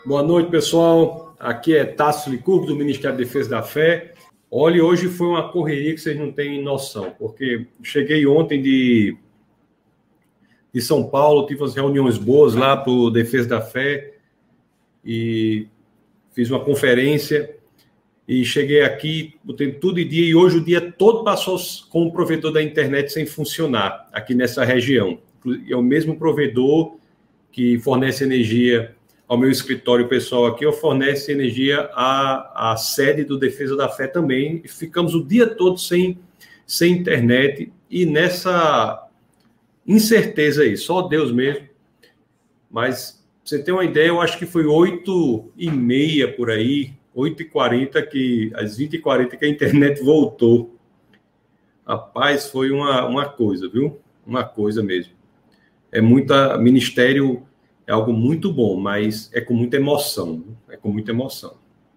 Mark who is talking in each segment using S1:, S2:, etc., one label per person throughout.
S1: Boa noite, pessoal. Aqui é Tássio Licurgo, do Ministério da Defesa da Fé. Olha, hoje foi uma correria que vocês não têm noção, porque cheguei ontem de São Paulo, tive umas reuniões boas lá para o Defesa da Fé e fiz uma conferência e cheguei aqui, botei tudo em dia e hoje o dia todo passou com o provedor da internet sem funcionar aqui nessa região. É o mesmo provedor que fornece energia ao meu escritório pessoal aqui, eu fornece energia à sede do Defesa da Fé também. Ficamos o dia todo sem internet e nessa incerteza aí, só Deus mesmo. Mas, pra você ter uma ideia, eu acho que foi 8h30 por aí, 8h40, às 20h40 que a internet voltou. Rapaz, foi uma coisa, viu? Uma coisa mesmo. É muita ministério... É algo muito bom, mas é com muita emoção. É com muita emoção.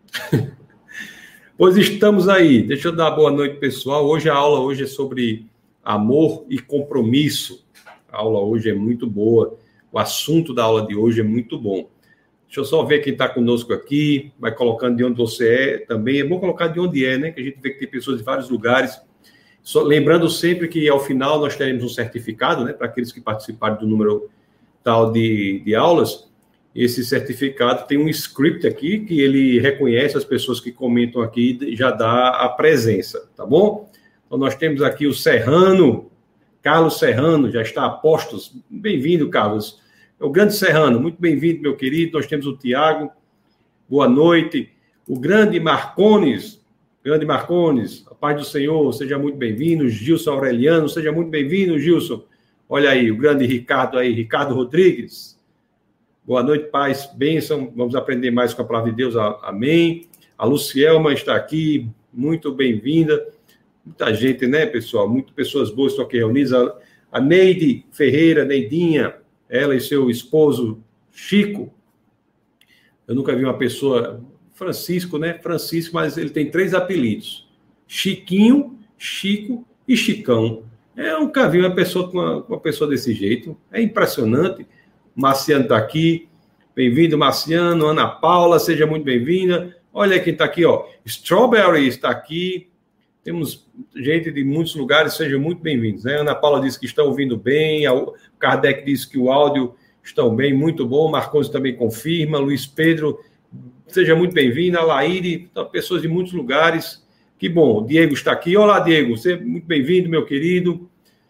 S1: Pois estamos aí. Deixa eu dar boa noite, pessoal. Hoje a aula é sobre amor e compromisso. A aula hoje é muito boa. O assunto da aula de hoje é muito bom. Deixa eu só ver quem está conosco aqui. Vai colocando de onde você é também. É bom colocar de onde é, né? Que a gente vê que tem pessoas de vários lugares. Lembrando sempre que ao final nós teremos um certificado, né? Para aqueles que participarem do número tal de aulas. Esse certificado tem um script aqui que ele reconhece as pessoas que comentam aqui e já dá a presença, tá bom? Então nós temos aqui o Serrano, Carlos Serrano, já está a postos. Bem-vindo, Carlos. É o grande Serrano, muito bem-vindo, meu querido. Nós temos o Tiago, boa noite. O grande Marcones, a paz do Senhor, seja muito bem-vindo. Gilson Aureliano, seja muito bem-vindo, Gilson. Olha aí, o grande Ricardo aí, Ricardo Rodrigues. Boa noite, paz, bênção. Vamos aprender mais com a palavra de Deus, amém. A Lucielma está aqui, muito bem-vinda. Muita gente, né, pessoal? Muitas pessoas boas estão aqui reunidas. A Neide Ferreira, Neidinha, ela e seu esposo Chico. Eu nunca vi uma pessoa... Francisco, né? Francisco, mas ele tem 3 apelidos. Chiquinho, Chico e Chicão. Eu nunca vi uma pessoa desse jeito. É impressionante. Marciano está aqui. Bem-vindo, Marciano. Ana Paula, seja muito bem-vinda. Olha quem está aqui, ó. Strawberry está aqui. Temos gente de muitos lugares, sejam muito bem-vindos. Né? Ana Paula disse que estão ouvindo bem. O Kardec disse que o áudio estão bem, muito bom. Marcos também confirma. Luiz Pedro, seja muito bem-vindo. A Laíre, pessoas de muitos lugares. Que bom, o Diego está aqui. Olá, Diego, você é muito bem-vindo, meu querido.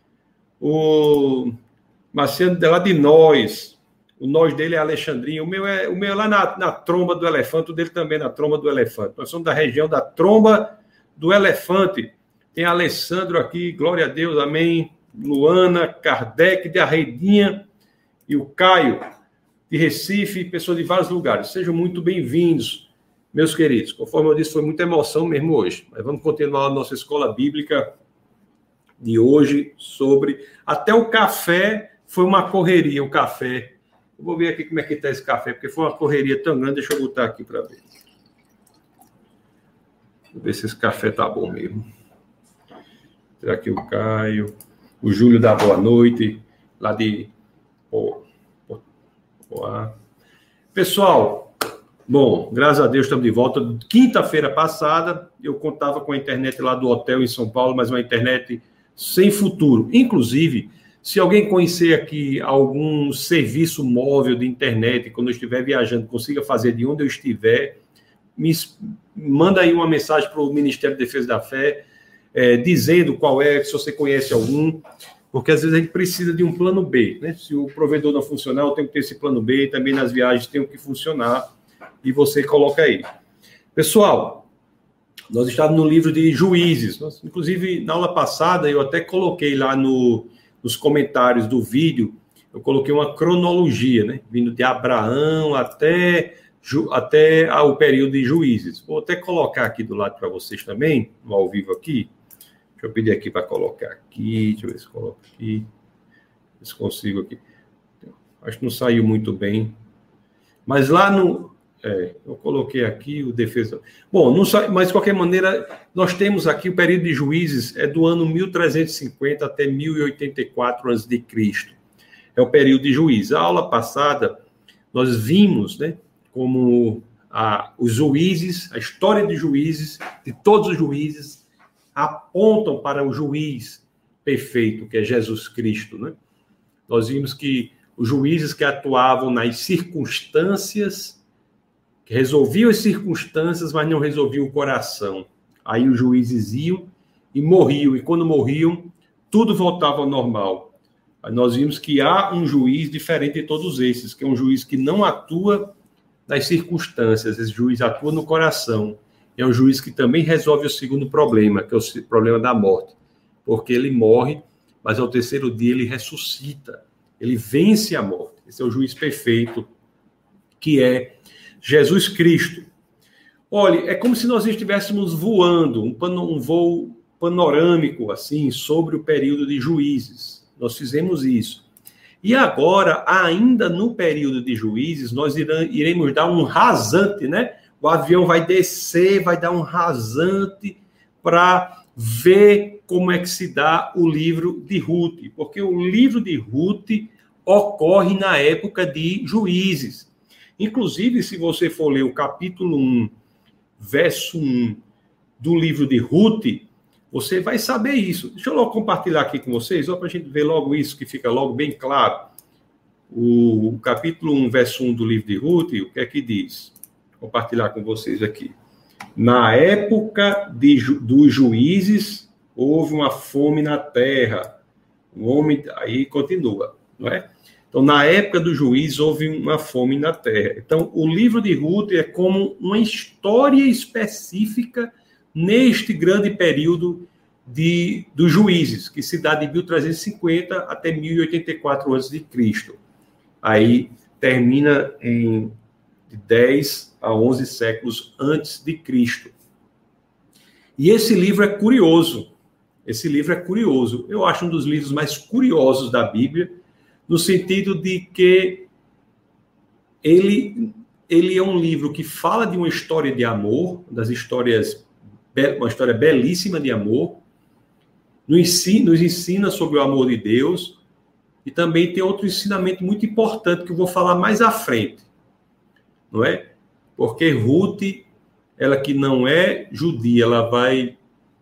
S1: O Marciano é lá de Nós. O Nós dele é Alexandrinha. O meu é lá na Tromba do Elefante, o dele também na Tromba do Elefante. Nós somos da região da Tromba do Elefante. Tem Alessandro aqui, glória a Deus, amém. Luana, Kardec, de Arredinha e o Caio, de Recife, pessoas de vários lugares. Sejam muito bem-vindos, meus queridos. Conforme eu disse, foi muita emoção mesmo hoje. Mas vamos continuar a nossa escola bíblica de hoje sobre... Até o café foi uma correria, o café. Eu vou ver aqui como é que está esse café, porque foi uma correria tão grande. Deixa eu botar aqui para ver. Vou ver se esse café tá bom mesmo. Será que o Caio... O Júlio dá boa noite, lá de... Pessoal... Bom, graças a Deus estamos de volta. Quinta-feira passada, eu contava com a internet lá do hotel em São Paulo, mas uma internet sem futuro. Inclusive, se alguém conhecer aqui algum serviço móvel de internet, quando eu estiver viajando, consiga fazer de onde eu estiver, me manda aí uma mensagem para o Ministério da Defesa da Fé, dizendo qual é, se você conhece algum, porque às vezes a gente precisa de um plano B, né? Se o provedor não funcionar, eu tenho que ter esse plano B, também nas viagens tem que funcionar. E você coloca aí. Pessoal, nós estávamos no livro de Juízes. Inclusive, na aula passada, eu até coloquei lá nos comentários do vídeo, eu coloquei uma cronologia, né? Vindo de Abraão até o período de Juízes. Vou até colocar aqui do lado para vocês também, no ao vivo aqui. Deixa eu pedir aqui para colocar aqui. Deixa eu ver se coloco aqui. Se consigo aqui. Acho que não saiu muito bem. Mas lá no... eu coloquei aqui o defesa... Bom, não sai, mas de qualquer maneira, nós temos aqui o período de Juízes, é do ano 1350 até 1084 a.C. É o período de Juízes. A aula passada, nós vimos, né, como os juízes, a história de juízes, de todos os juízes, apontam para o juiz perfeito, que é Jesus Cristo, né? Nós vimos que os juízes que atuavam nas circunstâncias, que resolviam as circunstâncias, mas não resolviam o coração. Aí os juízes iam e morriam, e quando morriam, tudo voltava ao normal. Aí nós vimos que há um juiz diferente de todos esses, que é um juiz que não atua nas circunstâncias, esse juiz atua no coração. É um juiz que também resolve o segundo problema, que é o problema da morte. Porque ele morre, mas ao terceiro dia ele ressuscita. Ele vence a morte. Esse é o juiz perfeito, que é Jesus Cristo. Olha, é como se nós estivéssemos voando, um voo panorâmico, assim, sobre o período de juízes. Nós fizemos isso. E agora, ainda no período de juízes, nós iremos dar um rasante, né? O avião vai descer, vai dar um rasante para ver como é que se dá o livro de Ruth. Porque o livro de Ruth ocorre na época de juízes. Inclusive, se você for ler o capítulo 1, verso 1 do livro de Ruth, você vai saber isso. Deixa eu logo compartilhar aqui com vocês, só para a gente ver logo isso, que fica logo bem claro. O capítulo 1, verso 1 do livro de Ruth, o que é que diz? Vou compartilhar com vocês aqui. Na época dos juízes, houve uma fome na terra. O homem, aí continua, não é? Então, na época do juiz, houve uma fome na terra. Então, o livro de Ruth é como uma história específica neste grande período dos juízes, que se dá de 1350 até 1084 a.C. Aí termina de 10 a 11 séculos antes de Cristo. E esse livro é curioso. Esse livro é curioso. Eu acho um dos livros mais curiosos da Bíblia, no sentido de que ele é um livro que fala de uma história de amor, uma história belíssima de amor, nos ensina sobre o amor de Deus, e também tem outro ensinamento muito importante que eu vou falar mais à frente, não é? Porque Ruth, ela que não é judia, ela vai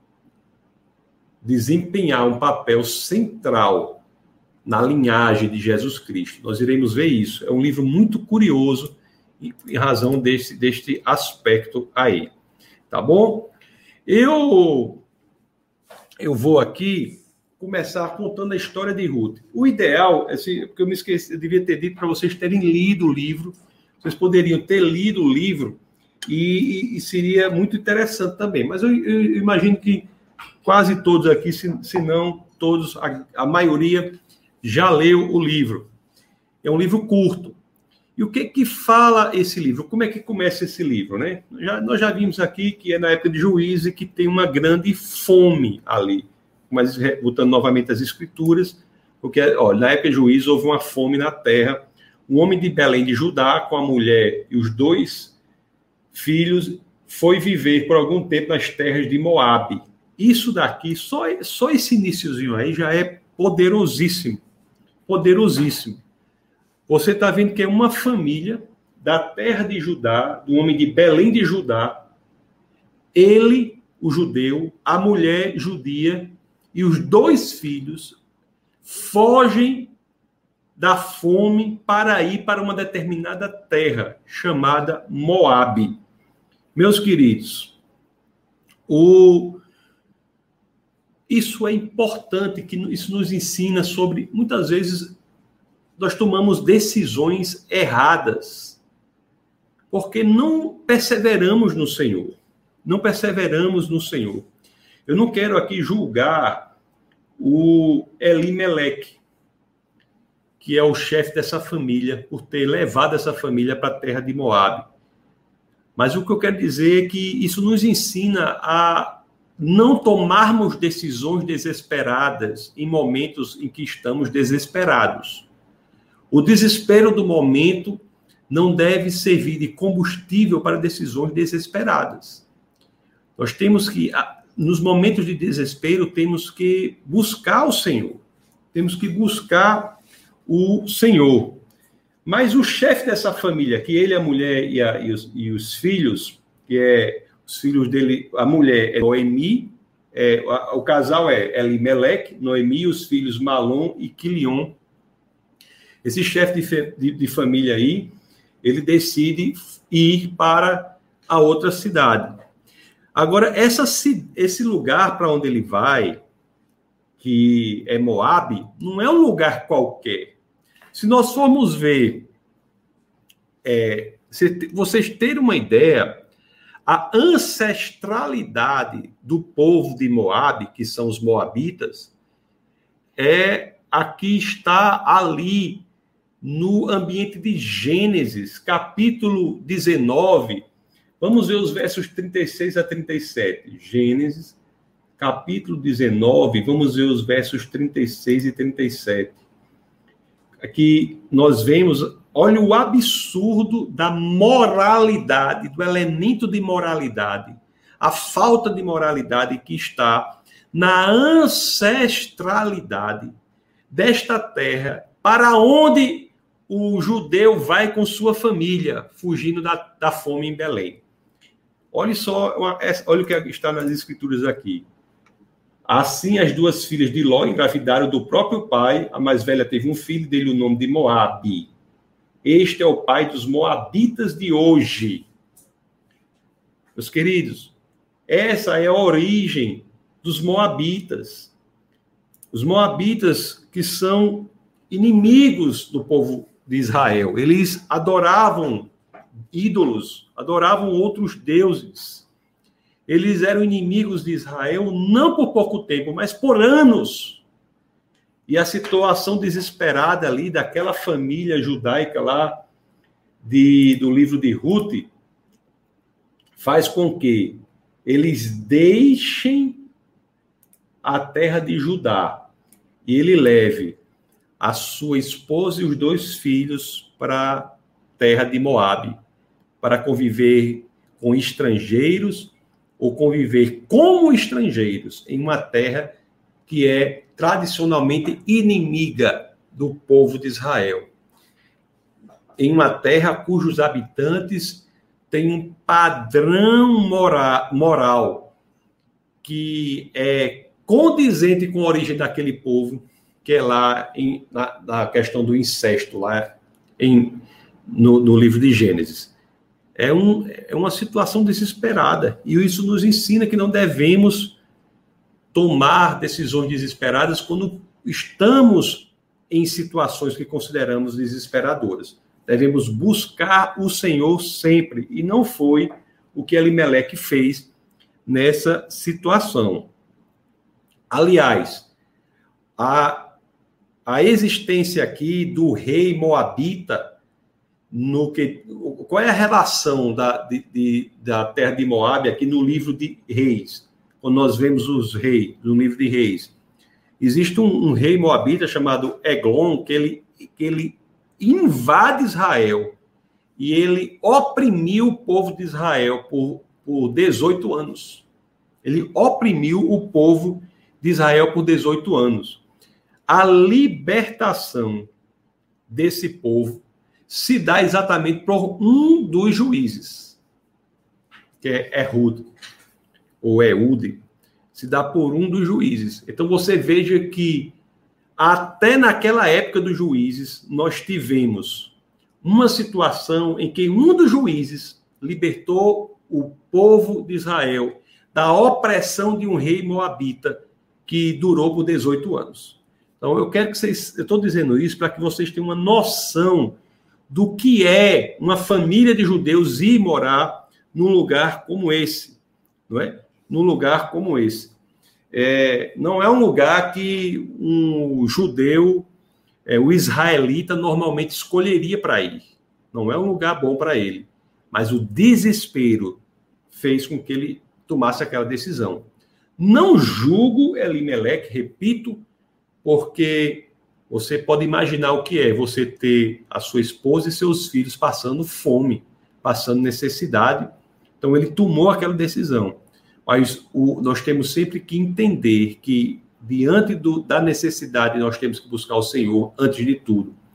S1: desempenhar um papel central na linhagem de Jesus Cristo. Nós iremos ver isso. É um livro muito curioso em razão deste aspecto aí. Tá bom? Eu vou aqui começar contando a história de Ruth. O ideal, porque eu me esqueci, eu devia ter dito para vocês terem lido o livro. Vocês poderiam ter lido o livro e seria muito interessante também. Mas eu imagino que quase todos aqui, se não todos, a maioria já leu o livro. É um livro curto. E o que fala esse livro? Como é que começa esse livro, né? Nós já vimos aqui que é na época de Juízes e que tem uma grande fome ali. Mas, voltando novamente às Escrituras, porque na época de Juízes houve uma fome na terra. Um homem de Belém de Judá, com a mulher e os 2 filhos, foi viver por algum tempo nas terras de Moabe. Isso daqui, só esse iniciozinho aí já é poderosíssimo. Poderosíssimo. Você está vendo que é uma família da terra de Judá, do homem de Belém de Judá, ele, o judeu, a mulher judia e os 2 filhos fogem da fome para ir para uma determinada terra chamada Moabe. Meus queridos, isso é importante, que isso nos ensina sobre, muitas vezes, nós tomamos decisões erradas, porque não perseveramos no Senhor. Não perseveramos no Senhor. Eu não quero aqui julgar o Elimeleque, que é o chefe dessa família, por ter levado essa família para a terra de Moabe. Mas o que eu quero dizer é que isso nos ensina a não tomarmos decisões desesperadas em momentos em que estamos desesperados. O desespero do momento não deve servir de combustível para decisões desesperadas. Nós temos que, nos momentos de desespero, temos que buscar o Senhor. Temos que buscar o Senhor. Mas o chefe dessa família, que ele, a mulher e os filhos, que é os filhos dele, a mulher é Noemi, o casal é Elimeleque, Noemi, os filhos Malom e Quilion. Esse chefe de família aí, ele decide ir para a outra cidade. Agora, esse lugar para onde ele vai, que é Moabe, não é um lugar qualquer. Se nós formos ver, vocês terem uma ideia, a ancestralidade do povo de Moabe, que são os moabitas, aqui está ali no ambiente de Gênesis, capítulo 19. Vamos ver os versos 36 a 37. Gênesis, capítulo 19, vamos ver os versos 36 e 37. Aqui nós vemos, olha o absurdo da moralidade, do elemento de moralidade, a falta de moralidade que está na ancestralidade desta terra, para onde o judeu vai com sua família, fugindo da fome em Belém. Olha só, olha o que está nas escrituras aqui. Assim, as duas filhas de Ló engravidaram do próprio pai. A mais velha teve um filho, dele o nome de Moabe. Este é o pai dos moabitas de hoje. Meus queridos, essa é a origem dos moabitas. Os moabitas que são inimigos do povo de Israel. Eles adoravam ídolos, adoravam outros deuses. Eles eram inimigos de Israel não por pouco tempo, mas por anos. E a situação desesperada ali daquela família judaica lá do livro de Ruth faz com que eles deixem a terra de Judá e ele leve a sua esposa e os 2 filhos para a terra de Moabe, para conviver com estrangeiros ou conviver como estrangeiros em uma terra que é tradicionalmente inimiga do povo de Israel. Em uma terra cujos habitantes têm um padrão moral que é condizente com a origem daquele povo, que é lá na questão do incesto, lá no livro de Gênesis. É uma situação desesperada, e isso nos ensina que não devemos tomar decisões desesperadas quando estamos em situações que consideramos desesperadoras. Devemos buscar o Senhor sempre, e não foi o que Elimeleque fez nessa situação. Aliás, a existência aqui do rei moabita, qual é a relação da terra de Moabe aqui no livro de Reis? Quando nós vemos os reis, no livro de Reis, existe um rei moabita chamado Eglon, que ele invade Israel e ele oprimiu o povo de Israel por 18 anos. Ele oprimiu o povo de Israel por 18 anos. A libertação desse povo se dá exatamente por um dos juízes, que é Ehud, ou Eude, se dá por um dos juízes. Então você veja que até naquela época dos juízes, nós tivemos uma situação em que um dos juízes libertou o povo de Israel da opressão de um rei moabita que durou por 18 anos. Então eu estou dizendo isso para que vocês tenham uma noção do que é uma família de judeus ir morar num lugar como esse, não é? Num lugar como esse. Não é um lugar que um judeu, o israelita, normalmente escolheria para ir. Não é um lugar bom para ele. Mas o desespero fez com que ele tomasse aquela decisão. Não julgo Elimeleque, repito, porque você pode imaginar o que é você ter a sua esposa e seus filhos passando fome, passando necessidade. Então ele tomou aquela decisão. Mas nós temos sempre que entender que, diante da necessidade, nós temos que buscar o Senhor antes de tudo.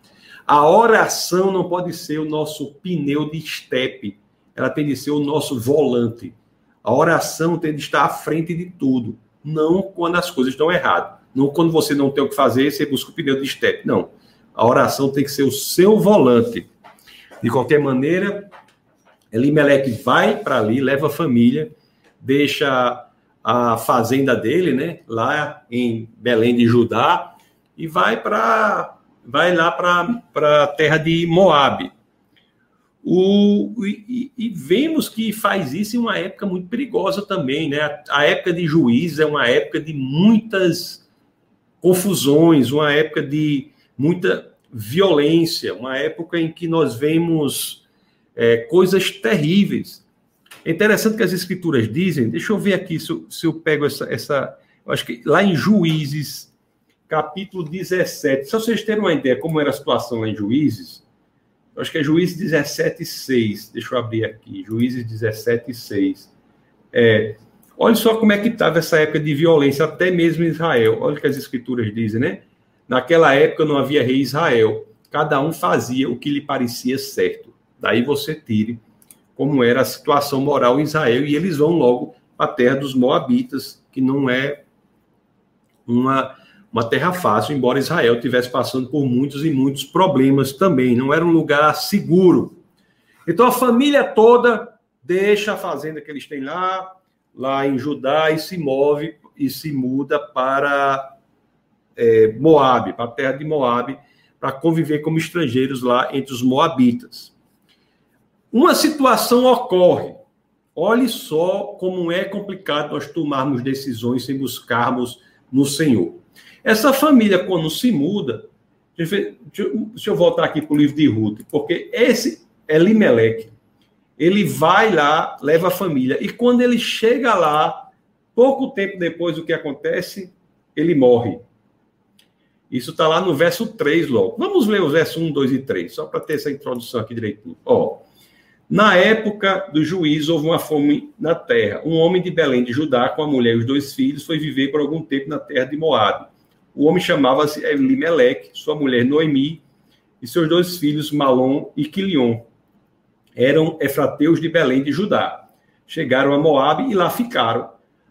S1: A oração não pode ser o nosso pneu de estepe. Ela tem de ser o nosso volante. A oração tem de estar à frente de tudo. Não quando as coisas estão erradas. Não quando você não tem o que fazer, você busca o pneu de estepe. Não. A oração tem que ser o seu volante. De qualquer maneira, Elimeleque vai para ali, leva a família, deixa a fazenda dele, né, lá em Belém de Judá, e vai lá para a terra de Moabe. E vemos que faz isso em uma época muito perigosa também, né? A época de Juízes é uma época de muitas confusões, uma época de muita violência, uma época em que nós vemos coisas terríveis. É interessante que as escrituras dizem, deixa eu ver aqui se eu pego essa eu acho que lá em Juízes, capítulo 17, só vocês terem uma ideia como era a situação lá em Juízes, eu acho que é Juízes 17:6, deixa eu abrir aqui, Juízes 17:6. Olha só como é que estava essa época de violência, até mesmo em Israel. Olha o que as escrituras dizem, né? Naquela época não havia rei em Israel, cada um fazia o que lhe parecia certo. Daí você tire como era a situação moral em Israel, e eles vão logo para a terra dos Moabitas, que não é uma terra fácil, embora Israel estivesse passando por muitos e muitos problemas também, não era um lugar seguro. Então a família toda deixa a fazenda que eles têm lá em Judá, e se move e se muda para Moabe, para a terra de Moabe, para conviver como estrangeiros lá entre os Moabitas. Uma situação ocorre. Olhe só como é complicado nós tomarmos decisões sem buscarmos no Senhor. Essa família, quando se muda, deixa eu voltar aqui para o livro de Ruth, porque esse Elimeleque, ele vai lá, leva a família, e quando ele chega lá, pouco tempo depois do que acontece, ele morre. Isso está lá no verso 3 logo. Vamos ler os versos 1, 2 e 3, só para ter essa introdução aqui direitinho. Na época do juízo, houve uma fome na terra. Um homem de Belém de Judá, com a mulher e os 2 filhos, foi viver por algum tempo na terra de Moabe. O homem chamava-se Elimeleque, sua mulher Noemi, e seus 2 filhos, Malom e Quilion. Eram efrateus de Belém de Judá. Chegaram a Moabe e lá ficaram.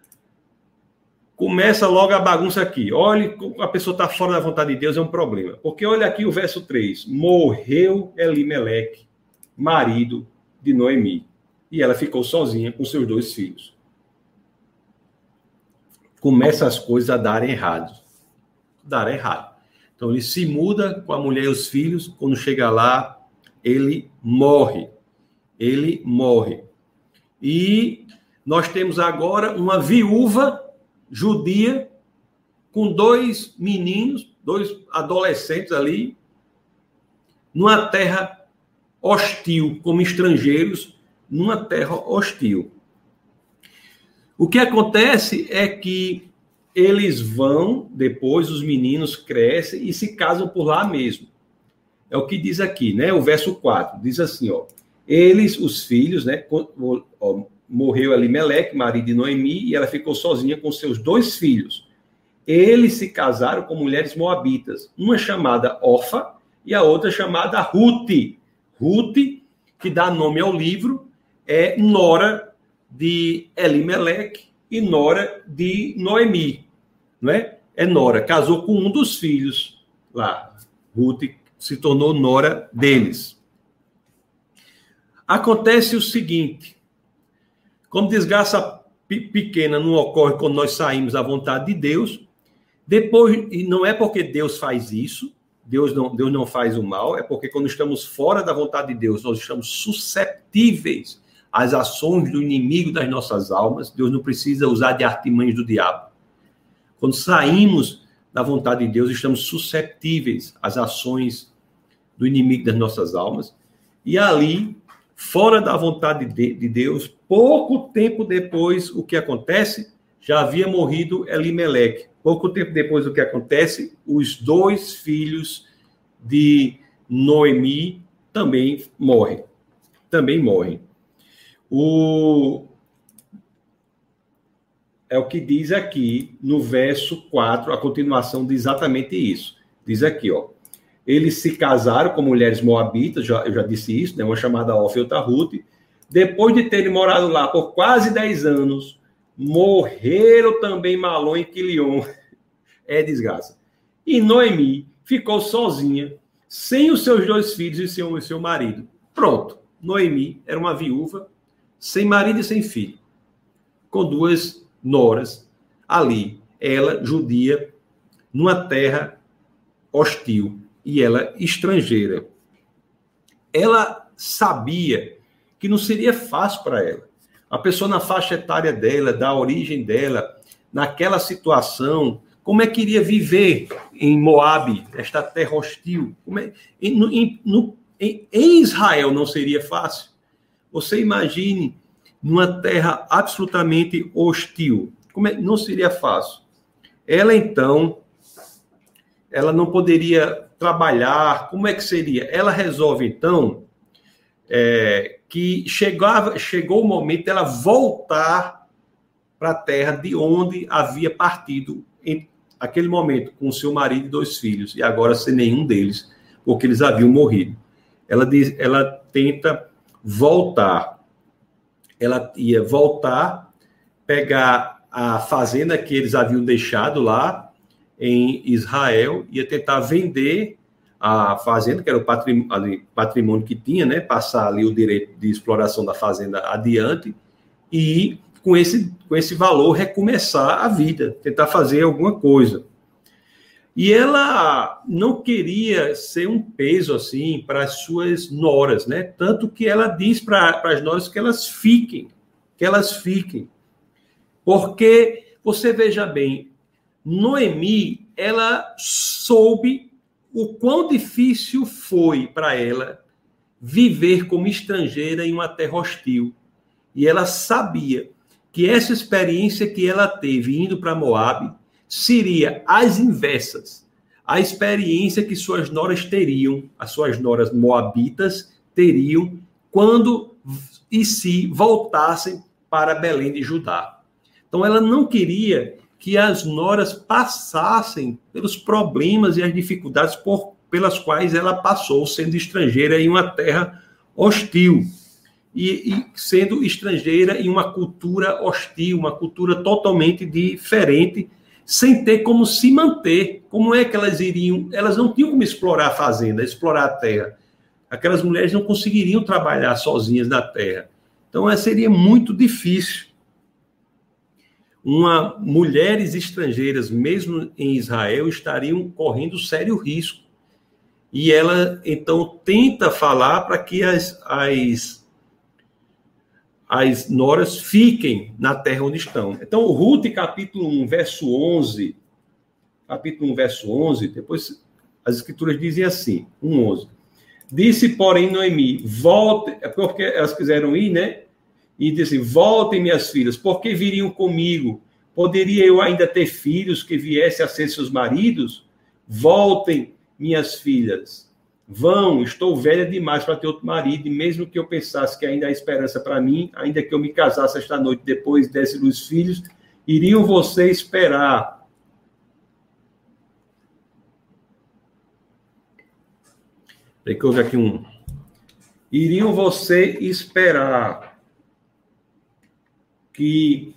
S1: Começa logo a bagunça aqui. Olha, a pessoa está fora da vontade de Deus, é um problema. Porque olha aqui o verso 3. Morreu Elimeleque, marido de Noemi, e ela ficou sozinha com seus 2 filhos. Começa as coisas a darem errado. Então ele se muda com a mulher e os filhos, quando chega lá, ele morre. E nós temos agora uma viúva judia com 2 meninos, 2 adolescentes ali, numa terra hostil, como estrangeiros, numa terra hostil. O que acontece é que eles vão, depois os meninos crescem e se casam por lá mesmo. É o que diz aqui, né? O verso 4, diz assim, eles, os filhos, né? Morreu Elimeleque, marido de Noemi, e ela ficou sozinha com seus 2 filhos. Eles se casaram com mulheres moabitas, uma chamada Orfa e a outra chamada Ruth. Ruth, que dá nome ao livro, é nora de Elimeleque e nora de Noemi, não é? É nora, casou com um dos filhos lá. Ruth se tornou nora deles. Acontece o seguinte, como desgraça pequena não ocorre quando nós saímos da vontade de Deus, depois, e não é porque Deus faz isso, Deus não faz o mal, é porque quando estamos fora da vontade de Deus, nós estamos susceptíveis às ações do inimigo das nossas almas. Deus não precisa usar de artimanhas do diabo. Quando saímos da vontade de Deus, estamos susceptíveis às ações do inimigo das nossas almas. E ali, fora da vontade de Deus, pouco tempo depois, o que acontece? Já havia morrido Elimeleque. Pouco tempo depois do que acontece, os 2 filhos de Noemi também morrem. É o que diz aqui no verso 4, a continuação de exatamente isso. Diz aqui, Eles se casaram com mulheres moabitas, eu já disse isso, né? Uma chamada Orfa e outra Ruth. Depois de terem morado lá por quase 10 anos, morreram também Malom e Quilion. É desgraça. E Noemi ficou sozinha, sem os seus 2 filhos e sem o seu marido. Pronto. Noemi era uma viúva, sem marido e sem filho, com 2 noras ali. Ela, judia, numa terra hostil, e ela estrangeira. Ela sabia que não seria fácil para ela. A pessoa na faixa etária dela, da origem dela, naquela situação, como é que iria viver em Moabe, esta terra hostil? Em Israel não seria fácil. Você imagine numa terra absolutamente hostil. Não seria fácil. Ela, então, ela não poderia trabalhar. Como é que seria? Ela resolve, então, que chegou o momento dela voltar para a terra de onde havia partido em aquele momento, com seu marido e 2 filhos, e agora sem nenhum deles, porque eles haviam morrido. Ela tenta voltar. Ela ia voltar, pegar a fazenda que eles haviam deixado lá em Israel, ia tentar vender a fazenda, que era o patrimônio que tinha, né? Passar ali o direito de exploração da fazenda adiante e, com esse valor, recomeçar a vida, tentar fazer alguma coisa. E ela não queria ser um peso, assim, para as suas noras, né? Tanto que ela diz para as noras que elas fiquem. Porque, você veja bem, Noemi, ela soube o quão difícil foi para ela viver como estrangeira em uma terra hostil. E ela sabia que essa experiência que ela teve indo para Moabe seria às inversas, a experiência que suas noras teriam, as suas noras moabitas teriam, quando e se voltassem para Belém de Judá. Então, ela não queria que as noras passassem pelos problemas e as dificuldades pelas quais ela passou, sendo estrangeira em uma terra hostil. E sendo estrangeira em uma cultura hostil, uma cultura totalmente diferente, sem ter como se manter. Como é que elas iriam? Elas não tinham como explorar a fazenda, explorar a terra. Aquelas mulheres não conseguiriam trabalhar sozinhas na terra. Então, seria muito difícil. Mulheres estrangeiras, mesmo em Israel, estariam correndo sério risco. E ela, então, tenta falar para que as noras fiquem na terra onde estão. Então, Ruth, capítulo 1, verso 11, depois as escrituras dizem assim, 1:11. Disse, porém, Noemi, volte, porque elas quiseram ir, né? E disse, voltem, minhas filhas, porque viriam comigo? Poderia eu ainda ter filhos que viessem a ser seus maridos? Voltem, minhas filhas. Vão, estou velha demais para ter outro marido, e mesmo que eu pensasse que ainda há esperança para mim, ainda que eu me casasse esta noite, depois desse-lhe os filhos, iriam vocês esperar. Tem que ouvir aqui Iriam você esperar que...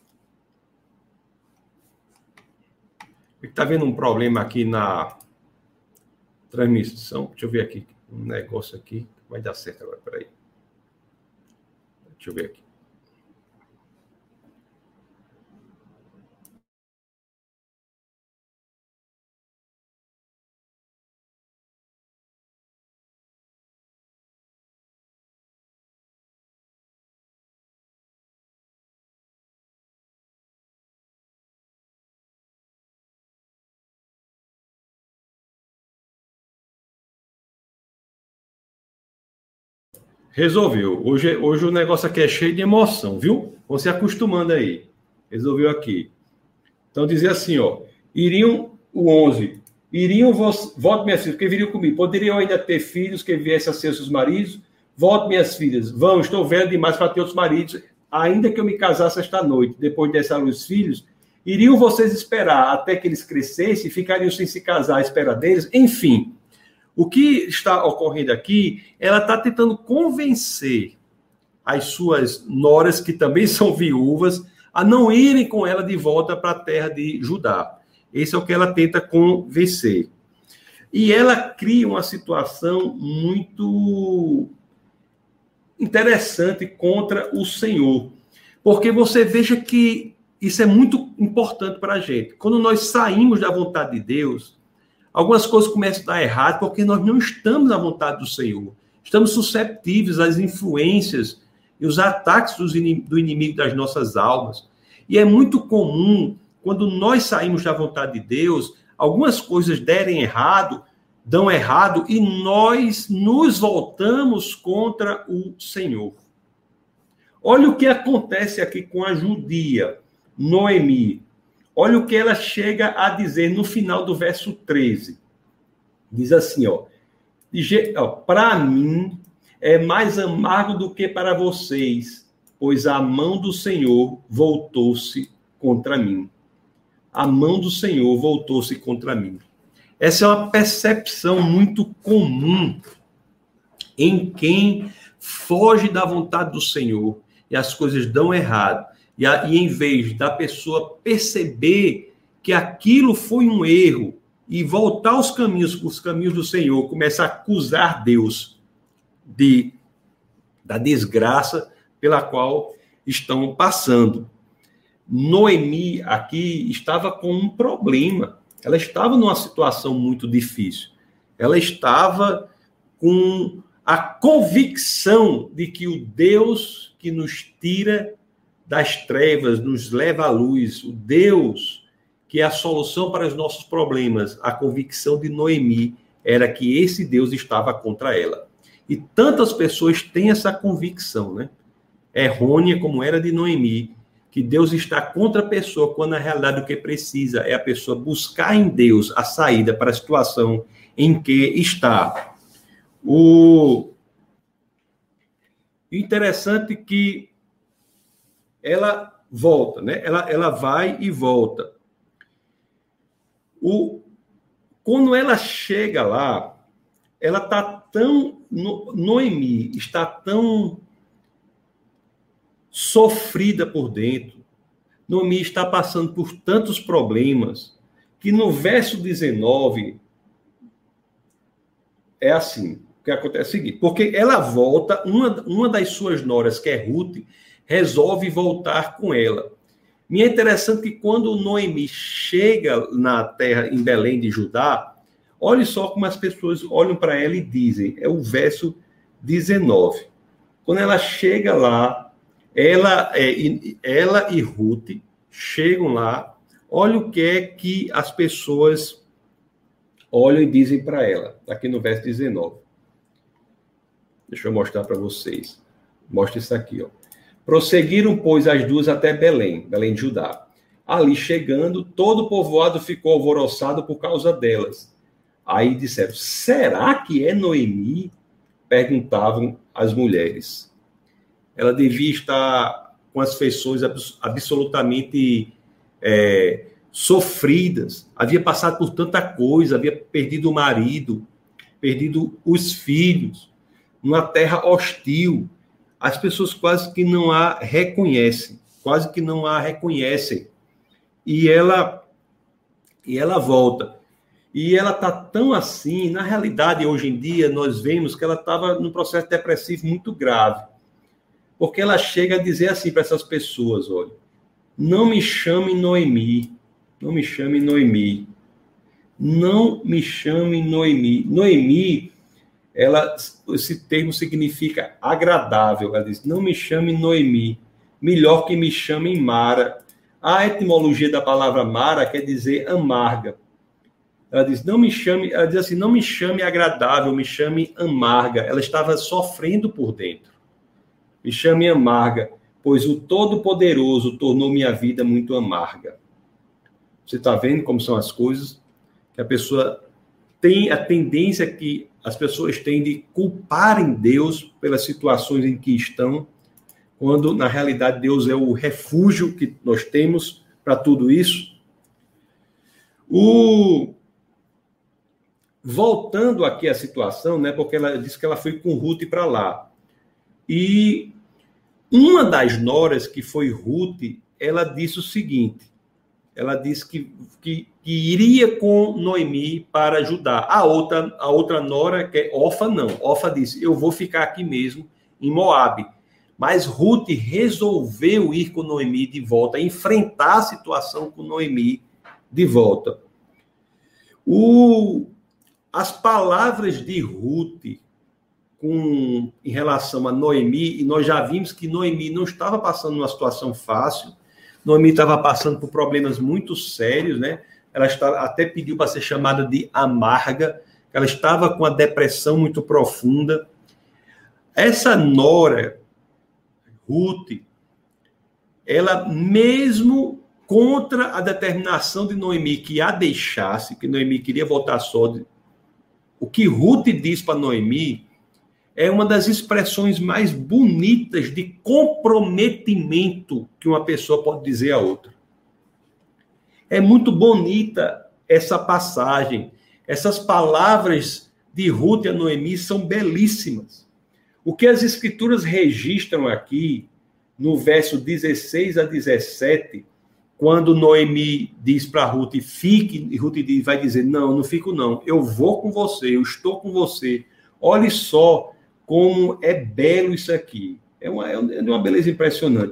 S1: Está vendo um problema aqui na transmissão? Deixa eu ver aqui. Um negócio aqui. Vai dar certo agora, peraí. Deixa eu ver aqui. Resolveu. Hoje o negócio aqui é cheio de emoção, viu? Vão se acostumando aí. Resolveu aqui. Então, dizer assim, ó. Iriam, o 11. Volte, minhas filhas, porque viriam comigo. Poderiam ainda ter filhos que viessem a ser seus maridos? Volte, minhas filhas. Vão, estou velho demais para ter outros maridos. Ainda que eu me casasse esta noite, depois dessa luz filhos, iriam vocês esperar até que eles crescessem e ficariam sem se casar à espera deles? Enfim, O que está ocorrendo aqui, ela está tentando convencer as suas noras, que também são viúvas, a não irem com ela de volta para a terra de Judá. Esse é o que ela tenta convencer. E ela cria uma situação muito interessante contra o Senhor. Porque você veja que isso é muito importante para a gente. Quando nós saímos da vontade de Deus, algumas coisas começam a dar errado porque nós não estamos na vontade do Senhor. Estamos susceptíveis às influências e os ataques do inimigo das nossas almas. E é muito comum, quando nós saímos da vontade de Deus, algumas coisas dão errado, e nós nos voltamos contra o Senhor. Olha o que acontece aqui com a judia, Noemi. Olha o que ela chega a dizer no final do verso 13. Diz assim, para mim é mais amargo do que para vocês, pois a mão do Senhor voltou-se contra mim. A mão do Senhor voltou-se contra mim. Essa é uma percepção muito comum em quem foge da vontade do Senhor e as coisas dão errado. E em vez da pessoa perceber que aquilo foi um erro e voltar aos caminhos do Senhor, começa a acusar Deus da desgraça pela qual estão passando. Noemi aqui estava com um problema. Ela estava numa situação muito difícil. Ela estava com a convicção de que o Deus que nos tira das trevas, nos leva à luz, o Deus que é a solução para os nossos problemas, a convicção de Noemi era que esse Deus estava contra ela. E tantas pessoas têm essa convicção, né? Errônea, como era de Noemi, que Deus está contra a pessoa, quando na realidade o que precisa é a pessoa buscar em Deus a saída para a situação em que está. O interessante é que ela volta, né? Ela vai e volta. Quando ela chega lá, ela está tão... Noemi está tão sofrida por dentro. Noemi está passando por tantos problemas que no verso 19 é assim. O que acontece é o seguinte, porque ela volta, uma das suas noras, que é Ruth, resolve voltar com ela. E é interessante que quando Noemi chega na terra, em Belém de Judá, olhe só como as pessoas olham para ela e dizem, é o verso 19. Quando ela chega lá, ela e Ruth chegam lá, olha o que é que as pessoas olham e dizem para ela, aqui no verso 19. Deixa eu mostrar para vocês. Mostra isso aqui, ó. Prosseguiram, pois, as duas até Belém de Judá. Ali chegando, todo o povoado ficou alvoroçado por causa delas. Aí disseram, será que é Noemi? Perguntavam as mulheres. Ela devia estar com as feições absolutamente sofridas. Havia passado por tanta coisa, havia perdido o marido, perdido os filhos, numa terra hostil. As pessoas quase que não a reconhecem. E ela volta. E ela está tão assim, na realidade, hoje em dia, nós vemos que ela estava num processo depressivo muito grave. Porque ela chega a dizer assim para essas pessoas, olha, não me chame Noemi, não me chame Noemi, não me chame Noemi. Noemi, esse termo significa agradável. Ela diz, não me chame Noemi, melhor que me chame Mara. A etimologia da palavra Mara quer dizer amarga. Ela diz, não me chame agradável, me chame amarga. Ela estava sofrendo por dentro. Me chame amarga, pois o Todo-Poderoso tornou minha vida muito amarga. Você está vendo como são as coisas? Que a pessoa tem a tendência que as pessoas têm de culparem Deus pelas situações em que estão, quando, na realidade, Deus é o refúgio que nós temos para tudo isso. voltando aqui à situação, né, porque ela disse que ela foi com Ruth para lá. E uma das noras, que foi Ruth, ela disse o seguinte, ela disse que iria com Noemi para ajudar. A outra nora, que é Orfa, não. Orfa disse, eu vou ficar aqui mesmo, em Moabe. Mas Ruth resolveu ir com Noemi de volta, enfrentar a situação com Noemi de volta. As palavras de Ruth em relação a Noemi, e nós já vimos que Noemi não estava passando uma situação fácil, Noemi estava passando por problemas muito sérios, né? Ela até pediu para ser chamada de amarga, ela estava com a depressão muito profunda. Essa nora, Ruth, ela mesmo contra a determinação de Noemi que a deixasse, que Noemi queria voltar só, o que Ruth diz para Noemi é uma das expressões mais bonitas de comprometimento que uma pessoa pode dizer a outra. É muito bonita essa passagem. Essas palavras de Ruth a Noemi são belíssimas. O que as escrituras registram aqui, no verso 16 a 17, quando Noemi diz para Ruth, fique, e Ruth vai dizer, não fico não, eu vou com você, eu estou com você. Olhe só como é belo isso aqui. É uma beleza impressionante.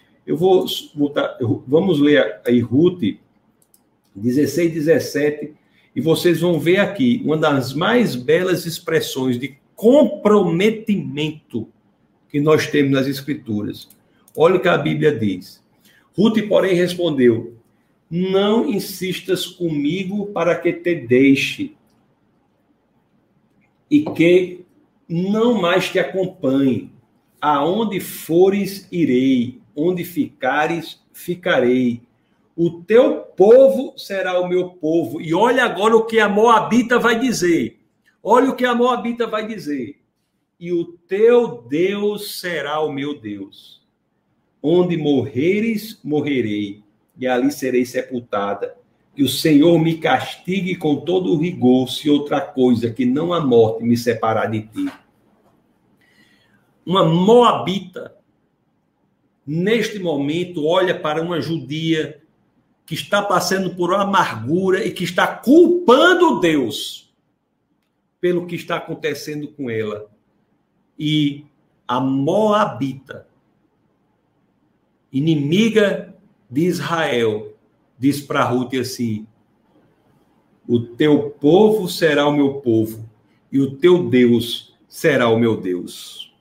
S1: Vamos ler aí Ruth 16, 17, e vocês vão ver aqui uma das mais belas expressões de comprometimento que nós temos nas Escrituras. Olha o que a Bíblia diz. Ruth, porém, respondeu, não insistas comigo para que te deixe e que não mais te acompanhe. Aonde fores, irei. Onde ficares, ficarei. O teu povo será o meu povo. E olha agora o que a Moabita vai dizer. Olha o que a Moabita vai dizer. E o teu Deus será o meu Deus. Onde morreres, morrerei. E ali serei sepultada. Que o Senhor me castigue com todo o rigor, se outra coisa que não a morte me separar de ti. Uma Moabita, neste momento, olha para uma judia que está passando por uma amargura e que está culpando Deus pelo que está acontecendo com ela. E a Moabita, inimiga de Israel, diz para Ruth assim, o teu povo será o meu povo e o teu Deus será o meu Deus.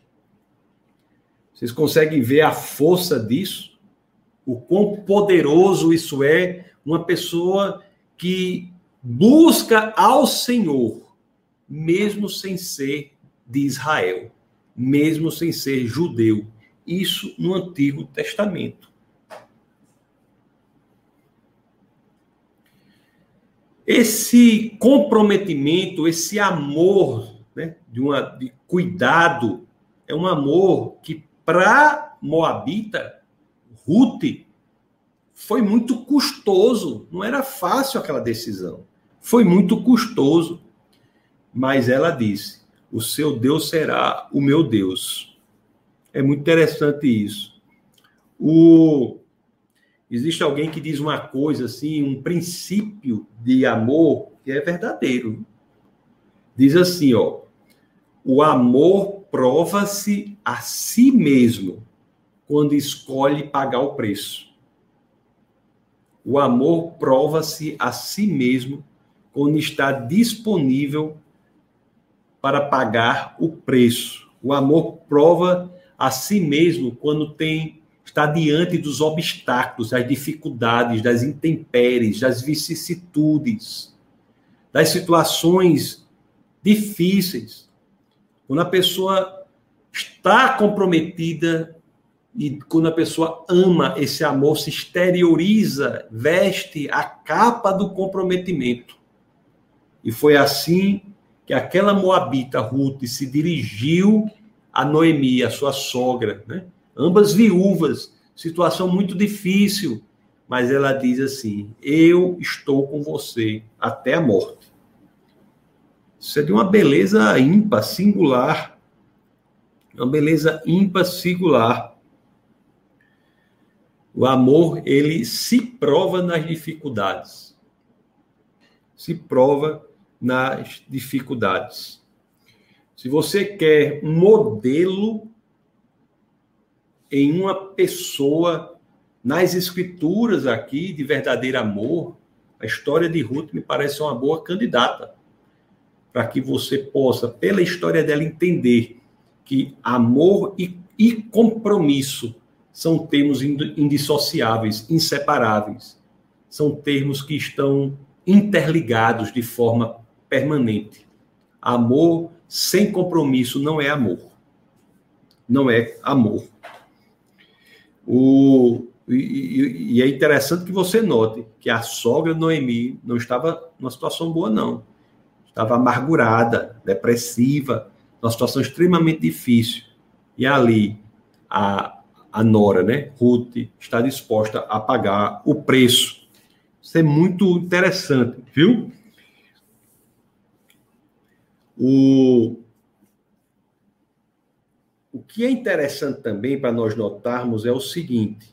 S1: Vocês conseguem ver a força disso? O quão poderoso isso é, uma pessoa que busca ao Senhor, mesmo sem ser de Israel, mesmo sem ser judeu. Isso no Antigo Testamento. Esse comprometimento, esse amor, né, de cuidado, é um amor que, para Moabita, Ruth, foi muito custoso. Não era fácil aquela decisão. Foi muito custoso. Mas ela disse, o seu Deus será o meu Deus. É muito interessante isso. Existe alguém que diz uma coisa assim, um princípio de amor que é verdadeiro. Diz assim, ó, o amor prova-se a si mesmo quando escolhe pagar o preço. O amor prova-se a si mesmo quando está disponível para pagar o preço. O amor prova a si mesmo quando está diante dos obstáculos, das dificuldades, das intempéries, das vicissitudes, das situações difíceis. Quando a pessoa está comprometida e quando a pessoa ama, esse amor se exterioriza, veste a capa do comprometimento. E foi assim que aquela moabita, Ruth, se dirigiu a Noemi, a sua sogra, né? Ambas viúvas, situação muito difícil, mas ela diz assim, eu estou com você até a morte. Isso é de uma beleza ímpar, singular. Uma beleza ímpar, singular. O amor, ele se prova nas dificuldades. Se prova nas dificuldades. Se você quer um modelo em uma pessoa, nas escrituras aqui, de verdadeiro amor, a história de Ruth me parece uma boa candidata, para que você possa, pela história dela, entender que amor e compromisso são termos indissociáveis, inseparáveis. São termos que estão interligados de forma permanente. Amor sem compromisso não é amor. Não é amor. E é interessante que você note que a sogra Noemi não estava numa situação boa, não. Estava amargurada, depressiva, numa situação extremamente difícil. E ali, a nora, né, Ruth, está disposta a pagar o preço. Isso é muito interessante, viu? O que é interessante também para nós notarmos é o seguinte.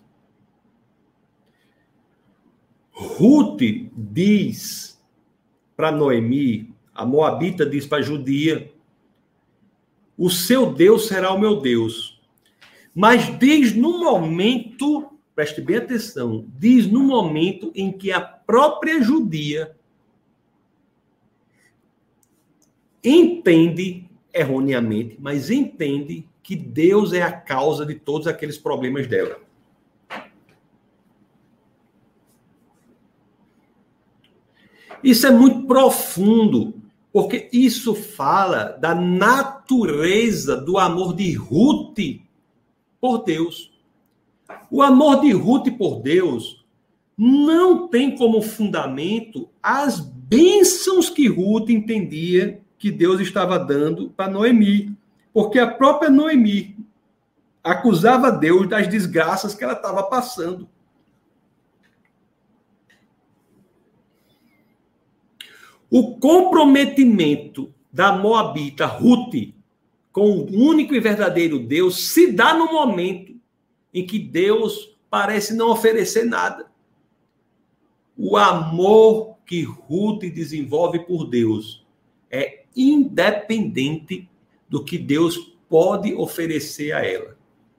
S1: Ruth diz para Noemi, a moabita diz para a judia, o seu Deus será o meu Deus. Mas diz no momento, preste bem atenção, diz no momento em que a própria judia entende, erroneamente, mas entende que Deus é a causa de todos aqueles problemas dela. Isso é muito profundo, porque isso fala da natureza do amor de Ruth por Deus. O amor de Ruth por Deus não tem como fundamento as bênçãos que Ruth entendia que Deus estava dando para Noemi, porque a própria Noemi acusava Deus das desgraças que ela estava passando. O comprometimento da moabita Ruth com o único e verdadeiro Deus se dá no momento em que Deus parece não oferecer nada. O amor que Ruth desenvolve por Deus é independente do que Deus pode oferecer a ela.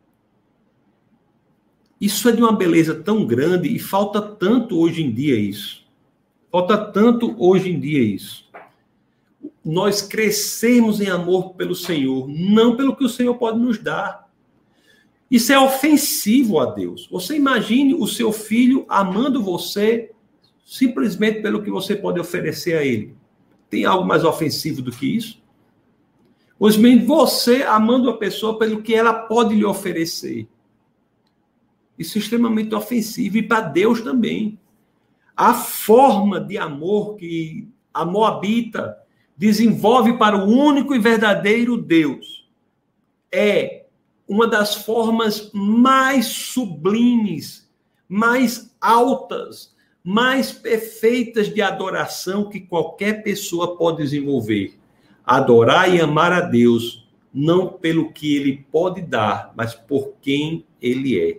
S1: Isso é de uma beleza tão grande e falta tanto hoje em dia isso. Falta tanto hoje em dia isso. Nós crescemos em amor pelo Senhor, não pelo que o Senhor pode nos dar. Isso é ofensivo a Deus. Você imagine o seu filho amando você simplesmente pelo que você pode oferecer a ele. Tem algo mais ofensivo do que isso? Ou mesmo você amando a pessoa pelo que ela pode lhe oferecer. Isso é extremamente ofensivo e para Deus também. A forma de amor que a moabita desenvolve para o único e verdadeiro Deus é uma das formas mais sublimes, mais altas, mais perfeitas de adoração que qualquer pessoa pode desenvolver. Adorar e amar a Deus, não pelo que ele pode dar, mas por quem ele é.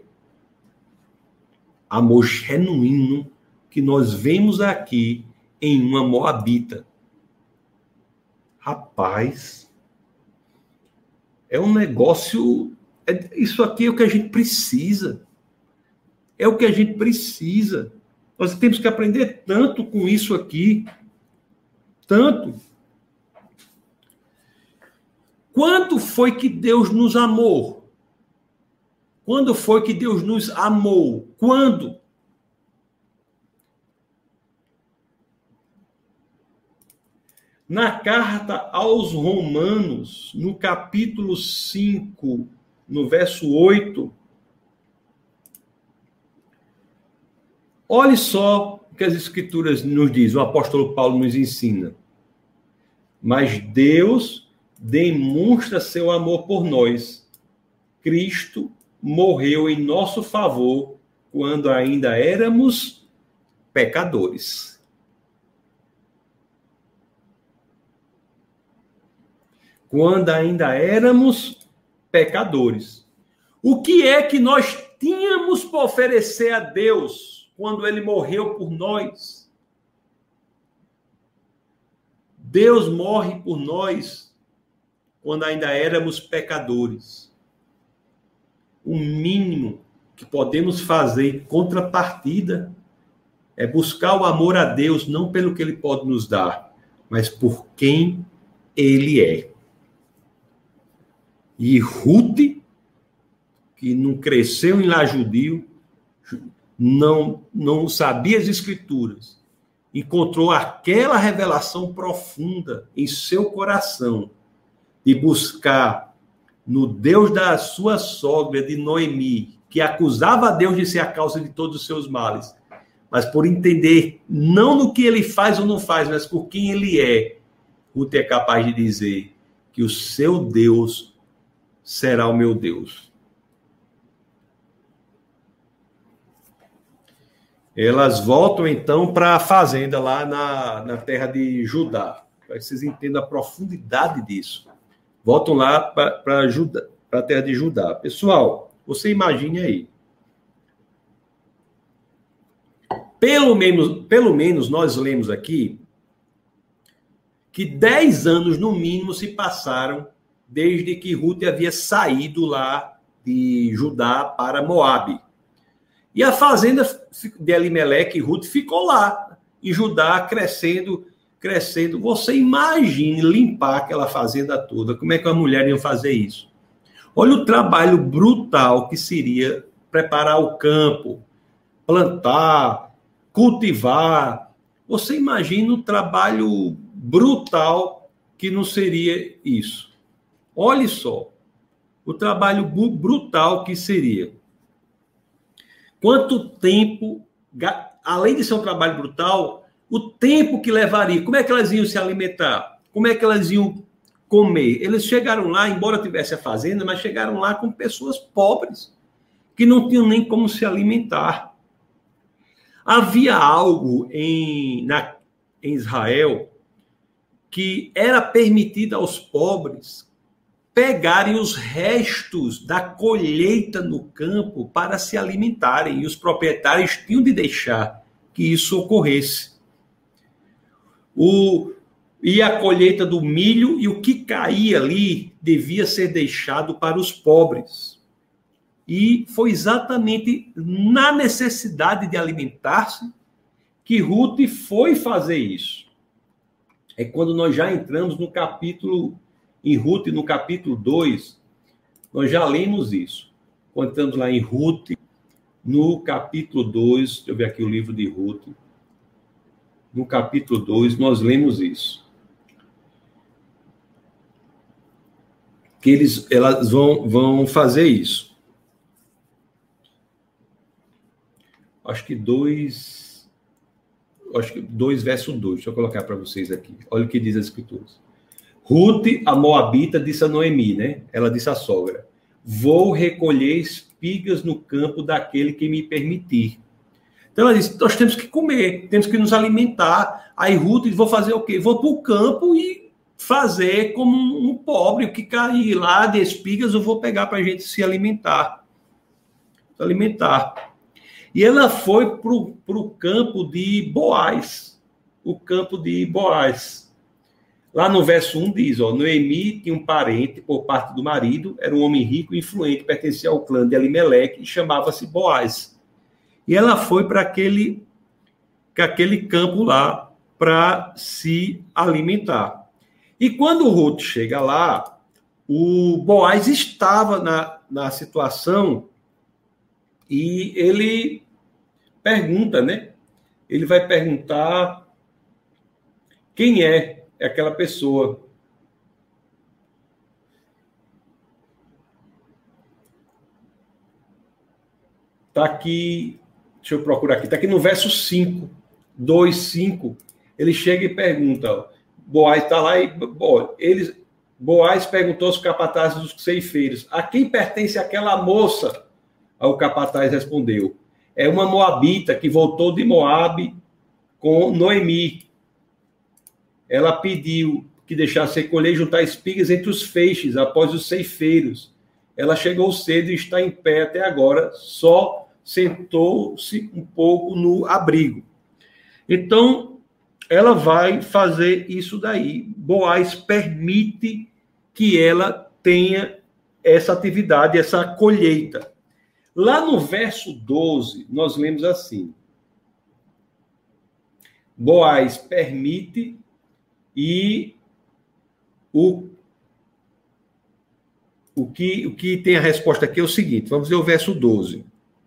S1: Amor genuíno que nós vemos aqui em uma moabita. Rapaz, é um negócio... Isso aqui é o que a gente precisa. É o que a gente precisa. Nós temos que aprender tanto com isso aqui. Tanto. Quando foi que Deus nos amou? Quando foi que Deus nos amou? Quando? Na carta aos Romanos, no capítulo 5, no verso 8, olhe só o que as Escrituras nos dizem, o apóstolo Paulo nos ensina. Mas Deus demonstra seu amor por nós. Cristo morreu em nosso favor quando ainda éramos pecadores. quando ainda éramos pecadores. O que é que nós tínhamos para oferecer a Deus quando ele morreu por nós? Deus morre por nós quando ainda éramos pecadores. O mínimo que podemos fazer em contrapartida é buscar o amor a Deus, não pelo que ele pode nos dar, mas por quem ele é. E Ruth, que não cresceu em lar judio, não sabia as Escrituras, encontrou aquela revelação profunda em seu coração de buscar no Deus da sua sogra, de Noemi, que acusava a Deus de ser a causa de todos os seus males, mas por entender não no que ele faz ou não faz, mas por quem ele é, Ruth é capaz de dizer que o seu Deus será o meu Deus. Elas voltam, então, para a fazenda lá na terra de Judá, para que vocês entendam a profundidade disso. Voltam lá para a terra de Judá. Pessoal, você imagine aí. Pelo menos nós lemos aqui que 10 anos, no mínimo, se passaram desde que Ruth havia saído lá de Judá para Moabe. E a fazenda de Elimeleque e Ruth ficou lá, em Judá, crescendo. Você imagine limpar aquela fazenda toda. Como é que uma mulher ia fazer isso? Olha o trabalho brutal que seria preparar o campo, plantar, cultivar. Você imagina o trabalho brutal que não seria isso. Olhe só, o trabalho brutal que seria. Quanto tempo, além de ser um trabalho brutal, o tempo que levaria, como é que elas iam se alimentar? Como é que elas iam comer? Eles chegaram lá, embora tivesse a fazenda, mas chegaram lá com pessoas pobres, que não tinham nem como se alimentar. Havia algo em Israel que era permitido aos pobres pegarem os restos da colheita no campo para se alimentarem, e os proprietários tinham de deixar que isso ocorresse. E a colheita do milho e o que caía ali devia ser deixado para os pobres. E foi exatamente na necessidade de alimentar-se que Ruth foi fazer isso. É quando nós já entramos no capítulo, em Ruth, no capítulo 2, nós já lemos isso. Quando estamos lá em Ruth, no capítulo 2, deixa eu ver aqui o livro de Ruth, no capítulo 2, nós lemos isso. Que elas vão fazer isso. Acho que 2, verso 2. Deixa eu colocar para vocês aqui. Olha o que diz as Escrituras. Ruth, a moabita, disse a Noemi, né? Ela disse à sogra: vou recolher espigas no campo daquele que me permitir. Então ela disse: nós temos que comer, temos que nos alimentar. Aí Ruth disse: vou fazer o quê? Vou para o campo e fazer como um pobre, o que cair lá de espigas eu vou pegar para a gente se alimentar. E ela foi para o campo de Boaz. O campo de Boaz. Lá no verso 1 diz, Noemi tinha um parente por parte do marido, era um homem rico e influente, pertencia ao clã de Elimeleque e chamava-se Boaz. E ela foi para aquele campo lá para se alimentar. E quando Ruth chega lá, o Boaz estava na situação e ele pergunta, né? Ele vai perguntar quem é aquela pessoa. Está aqui, deixa eu procurar aqui, está aqui no verso 5, 2:5. Ele chega e pergunta, Boaz está lá e Boaz perguntou aos capatazes dos ceifeiros: a quem pertence aquela moça? Aí o capataz respondeu: é uma moabita que voltou de Moabe com Noemi. Ela pediu que deixasse recolher e juntar espigas entre os feixes, após os ceifeiros. Ela chegou cedo e está em pé até agora, só sentou-se um pouco no abrigo. Então, ela vai fazer isso daí. Boaz permite que ela tenha essa atividade, essa colheita. Lá no verso 12, nós lemos assim: Boaz permite e o que tem a resposta aqui é o seguinte, vamos ver o verso 12.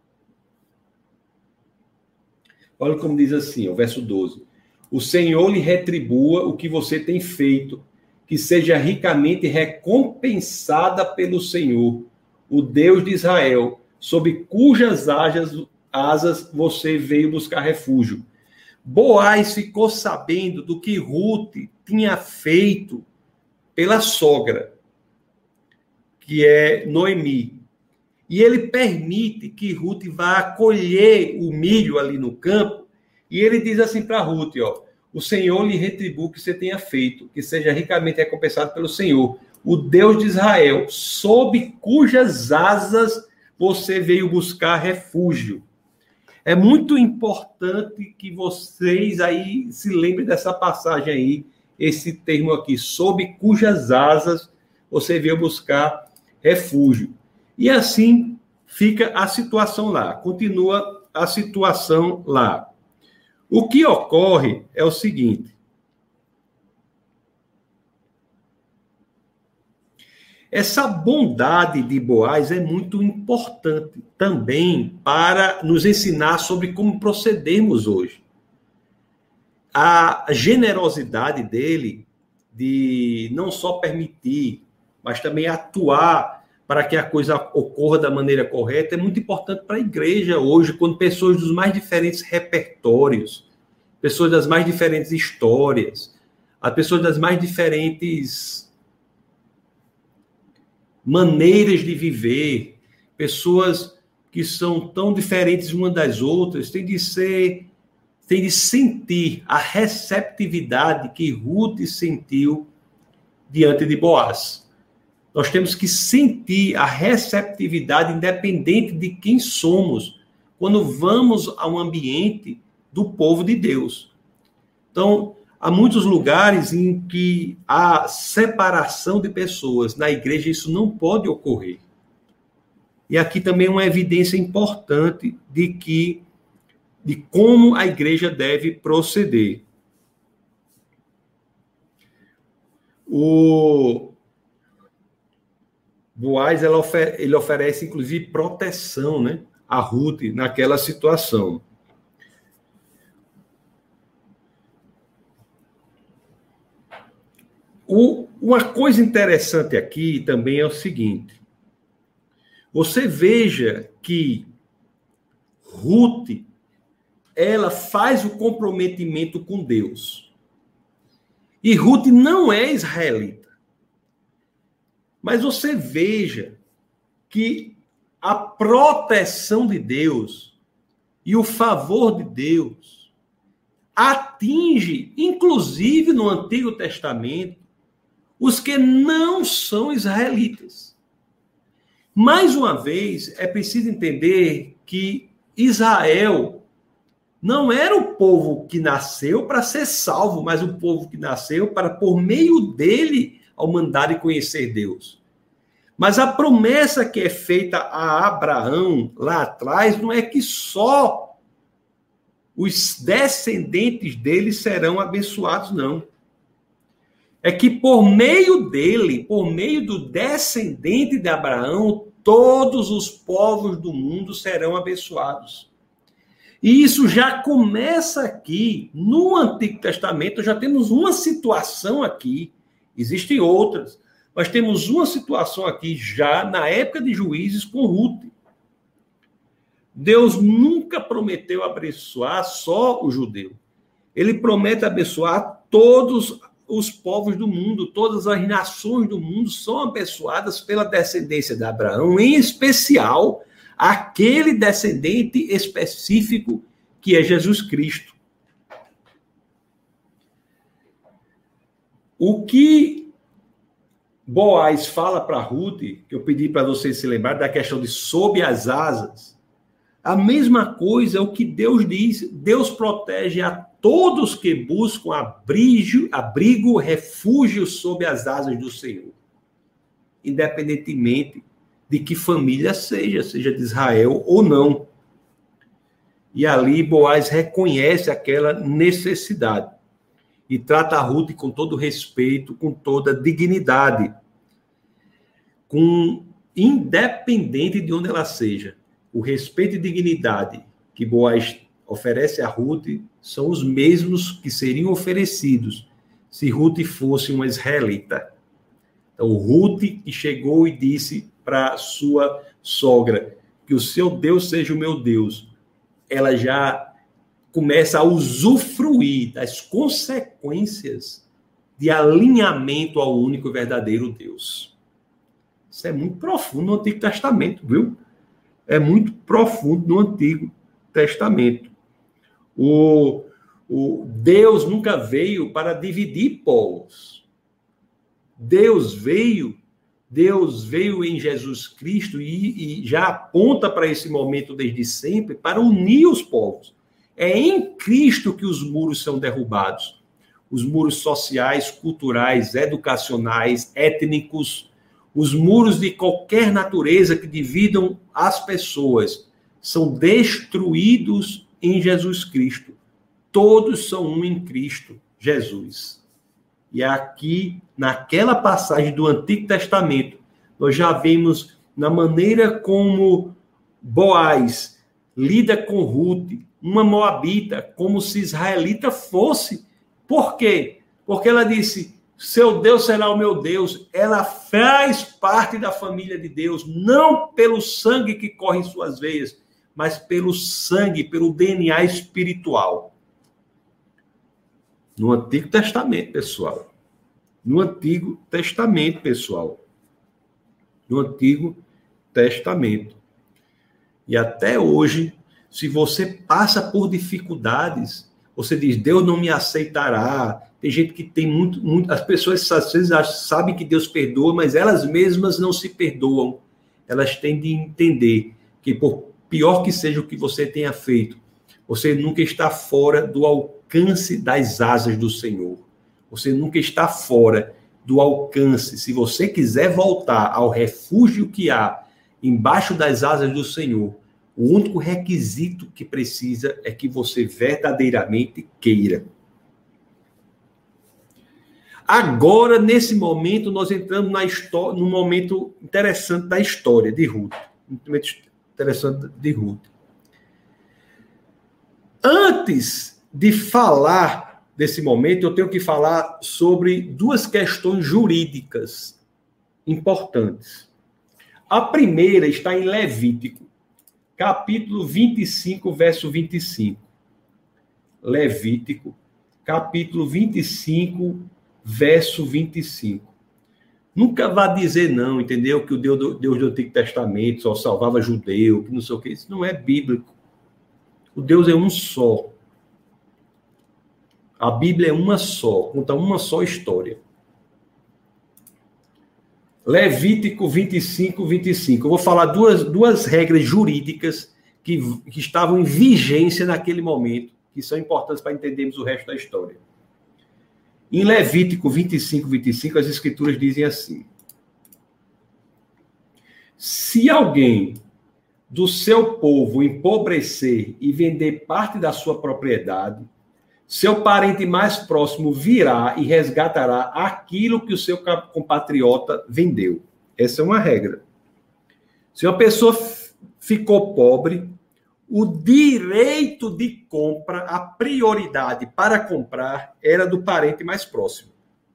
S1: Olha como diz assim, o verso 12. O Senhor lhe retribua o que você tem feito, que seja ricamente recompensada pelo Senhor, o Deus de Israel, sob cujas asas você veio buscar refúgio. Boaz ficou sabendo do que Ruth tinha feito pela sogra, que é Noemi. E ele permite que Ruth vá colher o milho ali no campo, e ele diz assim para Ruth, ó, o Senhor lhe retribua o que você tenha feito, que seja ricamente recompensado pelo Senhor, o Deus de Israel, sob cujas asas você veio buscar refúgio. É muito importante que vocês aí se lembrem dessa passagem aí, esse termo aqui, sob cujas asas você veio buscar refúgio. E assim fica a situação lá, continua a situação lá. O que ocorre é o seguinte: essa bondade de Boaz é muito importante também para nos ensinar sobre como procedermos hoje. A generosidade dele de não só permitir, mas também atuar para que a coisa ocorra da maneira correta, é muito importante para a igreja hoje, quando pessoas dos mais diferentes repertórios, pessoas das mais diferentes histórias, as pessoas das mais diferentes maneiras de viver, pessoas que são tão diferentes umas das outras, tem de sentir a receptividade que Ruth sentiu diante de Boaz. Nós temos que sentir a receptividade independente de quem somos quando vamos a um ambiente do povo de Deus. Então, há muitos lugares em que há separação de pessoas. Na igreja isso não pode ocorrer. E aqui também é uma evidência importante de como a igreja deve proceder. O Boaz, ele oferece, inclusive, proteção, né, a Ruth naquela situação. Uma coisa interessante aqui também é o seguinte: você veja que Ruth, ela faz o comprometimento com Deus. E Ruth não é israelita. Mas você veja que a proteção de Deus e o favor de Deus atinge, inclusive no Antigo Testamento, os que não são israelitas. Mais uma vez, é preciso entender que Israel não era o povo que nasceu para ser salvo, mas o povo que nasceu para, por meio dele, ao mandar e conhecer Deus. Mas a promessa que é feita a Abraão lá atrás não é que só os descendentes dele serão abençoados, não. É que por meio dele, por meio do descendente de Abraão, todos os povos do mundo serão abençoados. E isso já começa aqui, no Antigo Testamento, já temos uma situação aqui, existem outras, mas temos uma situação aqui já na época de Juízes com Ruth. Deus nunca prometeu abençoar só o judeu. Ele promete abençoar todos os povos do mundo, todas as nações do mundo são abençoadas pela descendência de Abraão, em especial aquele descendente específico que é Jesus Cristo. O que Boaz fala para Ruth, que eu pedi para vocês se lembrarem da questão de sob as asas, a mesma coisa é o que Deus diz. Deus protege a todos que buscam abrigo, refúgio sob as asas do Senhor. Independentemente de que família seja de Israel ou não. E ali Boaz reconhece aquela necessidade e trata a Ruth com todo respeito, com toda dignidade, independente de onde ela seja. O respeito e dignidade que Boaz oferece a Ruth são os mesmos que seriam oferecidos se Ruth fosse uma israelita. Então, Ruth que chegou e disse para sua sogra que o seu Deus seja o meu Deus, ela já começa a usufruir das consequências de alinhamento ao único e verdadeiro Deus. Isso é muito profundo no Antigo Testamento, viu? É muito profundo no Antigo Testamento. O Deus nunca veio para dividir povos. Deus veio em Jesus Cristo e já aponta para esse momento desde sempre para unir os povos. É em Cristo que os muros são derrubados. Os muros sociais, culturais, educacionais, étnicos, os muros de qualquer natureza que dividam as pessoas são destruídos em Jesus Cristo. Todos são um em Cristo Jesus. E aqui, naquela passagem do Antigo Testamento, nós já vemos na maneira como Boaz lida com Ruth, uma moabita, como se israelita fosse. Por quê? Porque ela disse, seu Deus será o meu Deus. Ela faz parte da família de Deus, não pelo sangue que corre em suas veias, mas pelo sangue, pelo DNA espiritual. No Antigo Testamento, pessoal. No Antigo Testamento, pessoal. No Antigo Testamento. E até hoje, se você passa por dificuldades, você diz, Deus não me aceitará. Tem gente que tem muito... As pessoas às vezes sabem que Deus perdoa, mas elas mesmas não se perdoam. Elas têm de entender que, por pior que seja o que você tenha feito, você nunca está fora do alcance das asas do Senhor. Você nunca está fora do alcance. Se você quiser voltar ao refúgio que há embaixo das asas do Senhor, o único requisito que precisa é que você verdadeiramente queira. Agora, nesse momento, nós entramos num momento interessante da história de Ruth. Um momento interessante de Ruth. Antes de falar desse momento, eu tenho que falar sobre duas questões jurídicas importantes. A primeira está em Levítico, capítulo 25, verso 25. Levítico, capítulo 25, verso 25. Nunca vá dizer não, entendeu? Que o Deus do Antigo Testamento só salvava judeu, que não sei o que. Isso não é bíblico. O Deus é um só. A Bíblia é uma só, conta uma só história. Levítico 25, 25. Eu vou falar duas regras jurídicas que estavam em vigência naquele momento, que são importantes para entendermos o resto da história. Em Levítico 25, 25, as Escrituras dizem assim: se alguém do seu povo empobrecer e vender parte da sua propriedade, seu parente mais próximo virá e resgatará aquilo que o seu compatriota vendeu. Essa é uma regra. Se uma pessoa ficou pobre, o direito de compra, a prioridade para comprar, era do parente mais próximo.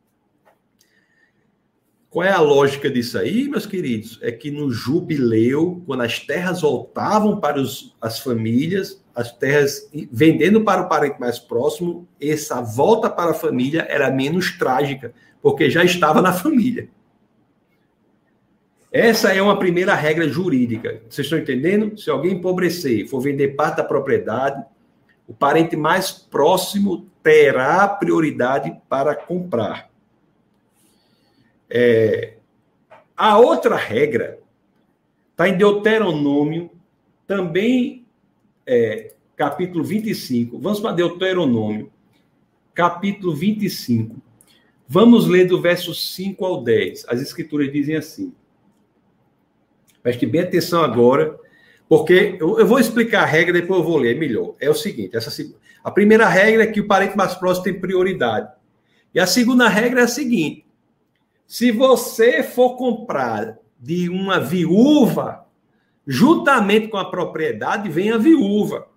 S1: Qual é a lógica disso aí, meus queridos? É que no jubileu, quando as terras voltavam para as famílias, as terras vendendo para o parente mais próximo, essa volta para a família era menos trágica, porque já estava na família. Essa é uma primeira regra jurídica. Vocês estão entendendo? Se alguém empobrecer, for vender parte da propriedade, o parente mais próximo terá prioridade para comprar. A outra regra está em Deuteronômio, também capítulo 25. Vamos para Deuteronômio, capítulo 25. Vamos ler do verso 5 ao 10. As escrituras dizem assim. Preste bem atenção agora, porque eu vou explicar a regra, depois eu vou ler melhor. É o seguinte, a primeira regra é que o parente mais próximo tem prioridade. E a segunda regra é a seguinte: se você for comprar de uma viúva, juntamente com a propriedade, vem a viúva.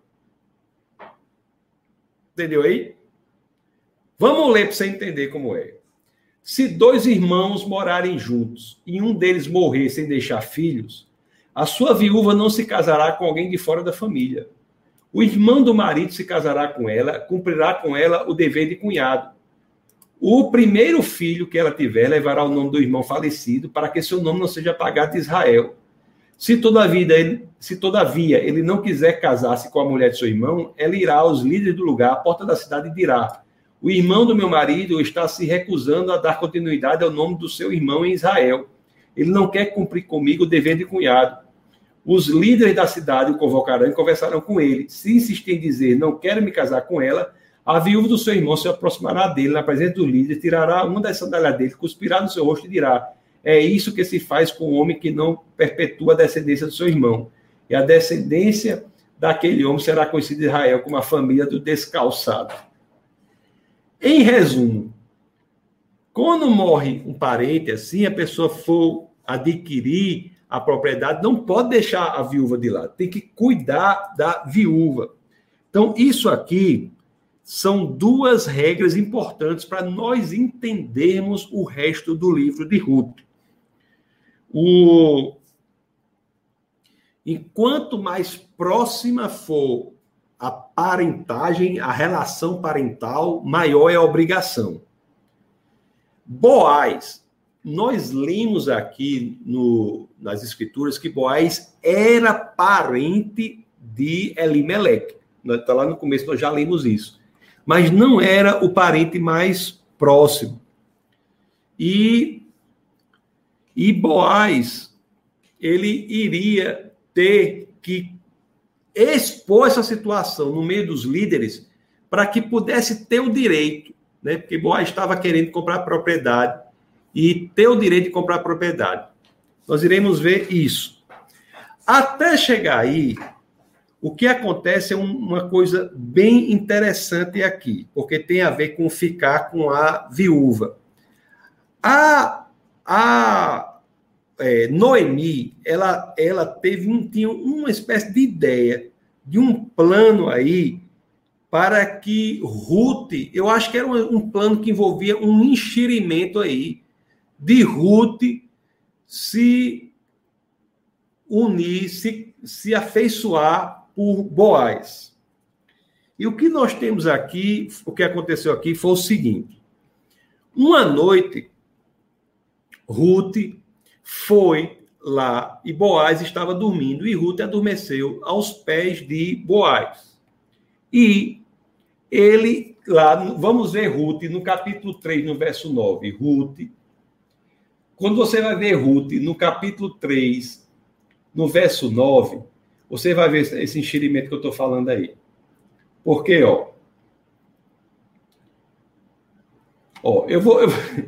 S1: Entendeu aí? Vamos ler para você entender como é. Se 2 irmãos morarem juntos e um deles morrer sem deixar filhos, a sua viúva não se casará com alguém de fora da família. O irmão do marido se casará com ela, cumprirá com ela o dever de cunhado. O primeiro filho que ela tiver levará o nome do irmão falecido, para que seu nome não seja apagado de Israel. Se todavia ele não quiser casar-se com a mulher de seu irmão, ela irá aos líderes do lugar, à porta da cidade, e dirá: o irmão do meu marido está se recusando a dar continuidade ao nome do seu irmão em Israel. Ele não quer cumprir comigo o dever de cunhado. Os líderes da cidade o convocarão e conversarão com ele. Se insistir em dizer: não quero me casar com ela, a viúva do seu irmão se aproximará dele na presença dos líderes, tirará uma das sandálias dele, cuspirá no seu rosto e dirá: é isso que se faz com o homem que não perpetua a descendência do seu irmão. E a descendência daquele homem será conhecida em Israel como a família do descalçado. Em resumo, quando morre um parente assim, a pessoa for adquirir a propriedade, não pode deixar a viúva de lado, tem que cuidar da viúva. Então, isso aqui são 2 regras importantes para nós entendermos o resto do livro de Ruth. Enquanto mais próxima for a parentagem, a relação parental, maior é a obrigação. Boaz, nós lemos aqui nas escrituras que Boaz era parente de Elimeleque. Está lá no começo, nós já lemos isso. Mas não era o parente mais próximo. E Boaz, ele iria ter que expor essa situação no meio dos líderes para que pudesse ter o direito, né? Porque Boaz estava querendo comprar propriedade e ter o direito de comprar propriedade. Nós iremos ver isso. Até chegar aí, o que acontece é uma coisa bem interessante aqui, porque tem a ver com ficar com a viúva. Noemi, ela tinha uma espécie de ideia, de um plano aí, para que Ruth, eu acho que era um plano que envolvia um enxerimento aí, de Ruth se unir, se afeiçoar por Boaz. E o que nós temos aqui, o que aconteceu aqui foi o seguinte: uma noite, Ruth foi lá e Boaz estava dormindo, e Ruth adormeceu aos pés de Boaz. E ele, lá, vamos ver Ruth, no capítulo 3, no verso 9. Ruth, quando você vai ver Ruth, no capítulo 3, no verso 9, você vai ver esse enxerimento que eu estou falando aí. Porque, eu vou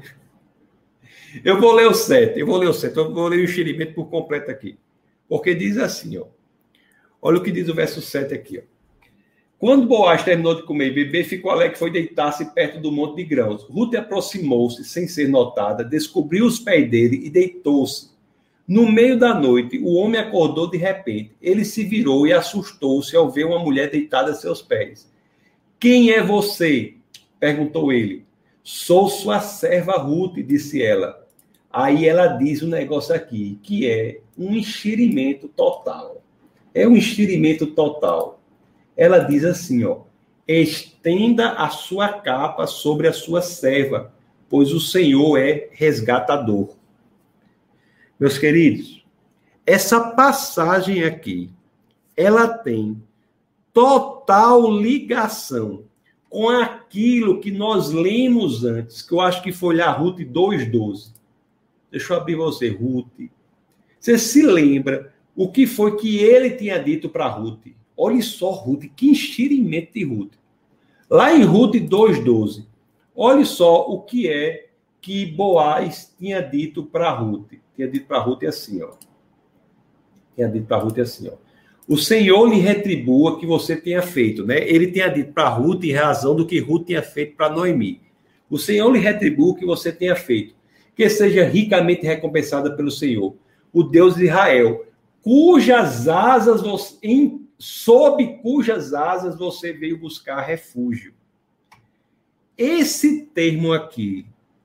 S1: ler o 7, eu vou ler o enxerimento por completo aqui. Porque diz assim, olha o que diz o verso 7 aqui, Quando Boaz terminou de comer e beber, ficou alegre, foi deitar-se perto do monte de grãos. Ruth aproximou-se, sem ser notada, descobriu os pés dele e deitou-se. No meio da noite, o homem acordou de repente. Ele se virou e assustou-se ao ver uma mulher deitada a seus pés. Quem é você? Perguntou ele. Sou sua serva Ruth, disse ela. Aí ela diz um negócio aqui, que é um enxerimento total. É um enxerimento total. Ela diz assim, estenda a sua capa sobre a sua serva, pois o Senhor é resgatador. Meus queridos, essa passagem aqui, ela tem total ligação com aquilo que nós lemos antes, que eu acho que foi lá Ruth 2:12. Deixa eu abrir você, Ruth. Você se lembra o que foi que ele tinha dito para Ruth? Olha só, Ruth, que enxerimento de Ruth. Lá em Ruth 2,12, olha só o que é que Boaz tinha dito para Ruth. Tinha dito para Ruth assim, ó. O Senhor lhe retribua o que você tenha feito, né? Ele tinha dito para Ruth em razão do que Ruth tinha feito para Noemi. O Senhor lhe retribua o que você tenha feito, que seja ricamente recompensada pelo Senhor, o Deus de Israel, sob cujas asas você veio buscar refúgio. Esse termo aqui,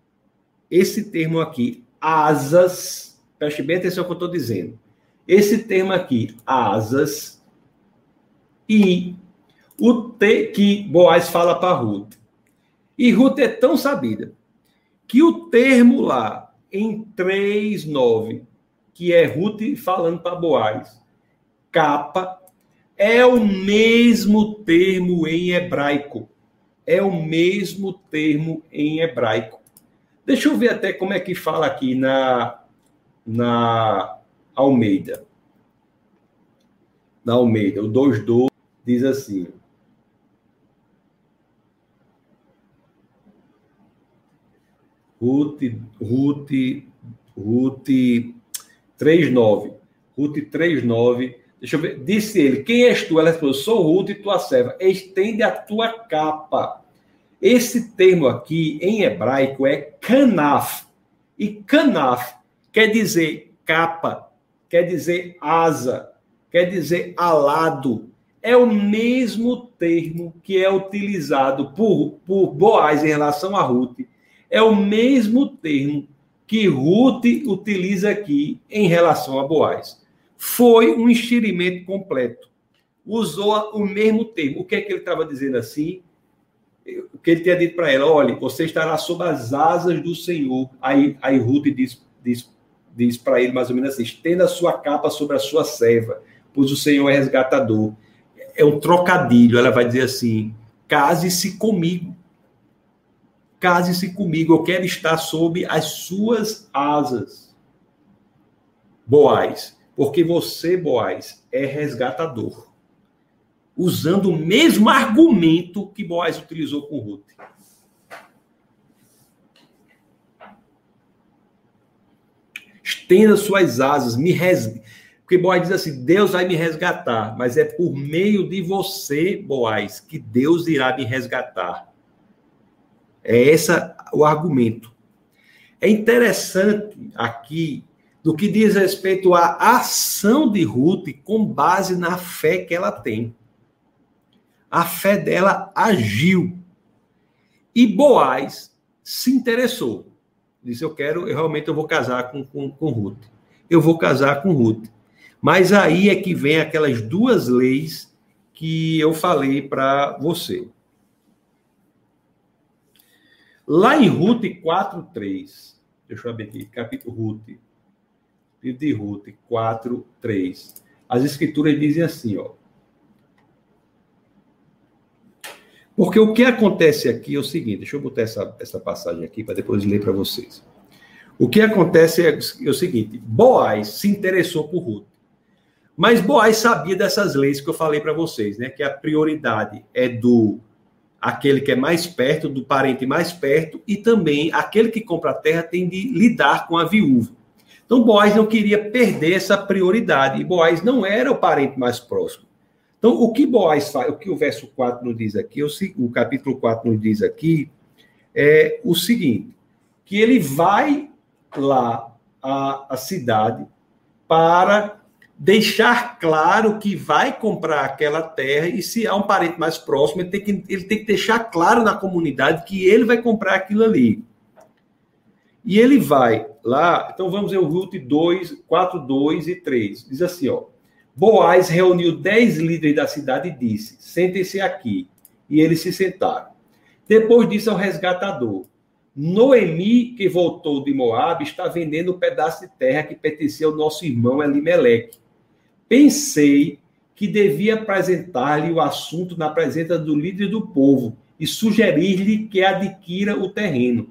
S1: asas, preste bem atenção ao que eu estou dizendo. Esse termo aqui, asas, e que Boaz fala para Ruth. E Ruth é tão sabida que o termo lá, em 3,9, que é Ruth falando para Boaz, capa, é o mesmo termo em hebraico. Deixa eu ver até como é que fala aqui na Almeida. Na Almeida, o 2,12 diz assim. Ruth 3,9. Ruth 3,9. Deixa eu ver. Disse ele: quem és tu? Ela respondeu: sou Ruth, tua serva. Estende a tua capa. Esse termo aqui, em hebraico, é kanaf. E kanaf quer dizer capa, quer dizer asa, quer dizer alado. É o mesmo termo que é utilizado por Boaz em relação a Ruth. É o mesmo termo que Ruth utiliza aqui em relação a Boaz. Foi um enxerimento completo. Usou o mesmo termo. O que é que ele estava dizendo assim? O que ele tinha dito para ela: olha, você estará sob as asas do Senhor. Aí Ruth diz para ele mais ou menos assim: estenda a sua capa sobre a sua serva, pois o Senhor é resgatador. É um trocadilho. Ela vai dizer assim: case-se comigo. Case-se comigo, eu quero estar sob as suas asas. Boaz, porque você, Boaz, é resgatador. Usando o mesmo argumento que Boaz utilizou com Ruth. Estenda suas asas, porque Boaz diz assim: Deus vai me resgatar, mas é por meio de você, Boaz, que Deus irá me resgatar. É esse o argumento. É interessante aqui do que diz respeito à ação de Ruth com base na fé que ela tem. A fé dela agiu. E Boaz se interessou. Disse: eu realmente vou casar com Ruth. Eu vou casar com Ruth. Mas aí é que vem aquelas duas leis que eu falei para você. Lá em Ruth 4,3, deixa eu abrir aqui, capítulo Ruth, livro de Ruth 4,3, as escrituras dizem assim, ó. Porque o que acontece aqui é o seguinte, deixa eu botar essa passagem aqui para depois ler para vocês. O que acontece é o seguinte: Boaz se interessou por Ruth, mas Boaz sabia dessas leis que eu falei para vocês, né? Que a prioridade é do aquele que é mais perto, do parente mais perto, e também aquele que compra a terra tem de lidar com a viúva. Então, Boaz não queria perder essa prioridade, e Boaz não era o parente mais próximo. Então, o que Boaz faz, o que o verso 4 nos diz aqui, o capítulo 4 nos diz aqui, é o seguinte: que ele vai lá à cidade para deixar claro que vai comprar aquela terra, e se há um parente mais próximo, ele tem que deixar claro na comunidade que ele vai comprar aquilo ali. E ele vai lá, então vamos ver o Ruth 4, 2 e 3. Diz assim, ó: Boaz reuniu 10 líderes da cidade e disse: sentem-se aqui. E eles se sentaram. Depois disse ao resgatador: Noemi, que voltou de Moabe, está vendendo um pedaço de terra que pertencia ao nosso irmão Elimeleque. Pensei que devia apresentar-lhe o assunto na presença do líder do povo e sugerir-lhe que adquira o terreno.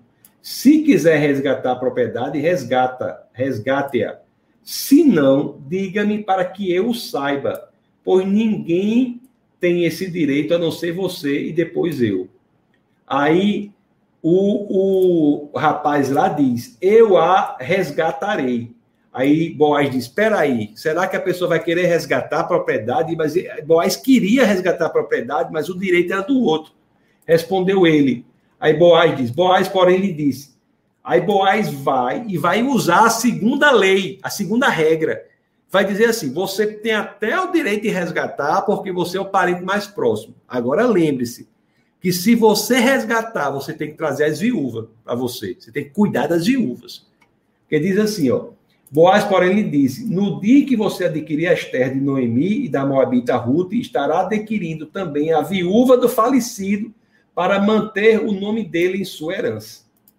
S1: Se quiser resgatar a propriedade, resgate-a. Se não, diga-me para que eu o saiba, pois ninguém tem esse direito a não ser você e depois eu. Aí o rapaz lá diz, eu a resgatarei. Aí Boaz diz, espera aí, será que a pessoa vai querer resgatar a propriedade? Mas Boaz queria resgatar a propriedade, mas o direito era do outro. Respondeu ele. Aí Boaz diz, Boaz, porém, lhe disse. Aí Boaz vai usar a segunda lei, a segunda regra. Vai dizer assim, você tem até o direito de resgatar, porque você é o parente mais próximo. Agora lembre-se, que se você resgatar, você tem que trazer as viúvas para você. Você tem que cuidar das viúvas. Porque diz assim, ó, Boaz, porém, lhe disse, no dia que você adquirir as terras de Noemi e da Moabita Ruth, estará adquirindo também a viúva do falecido para manter o nome dele em sua herança.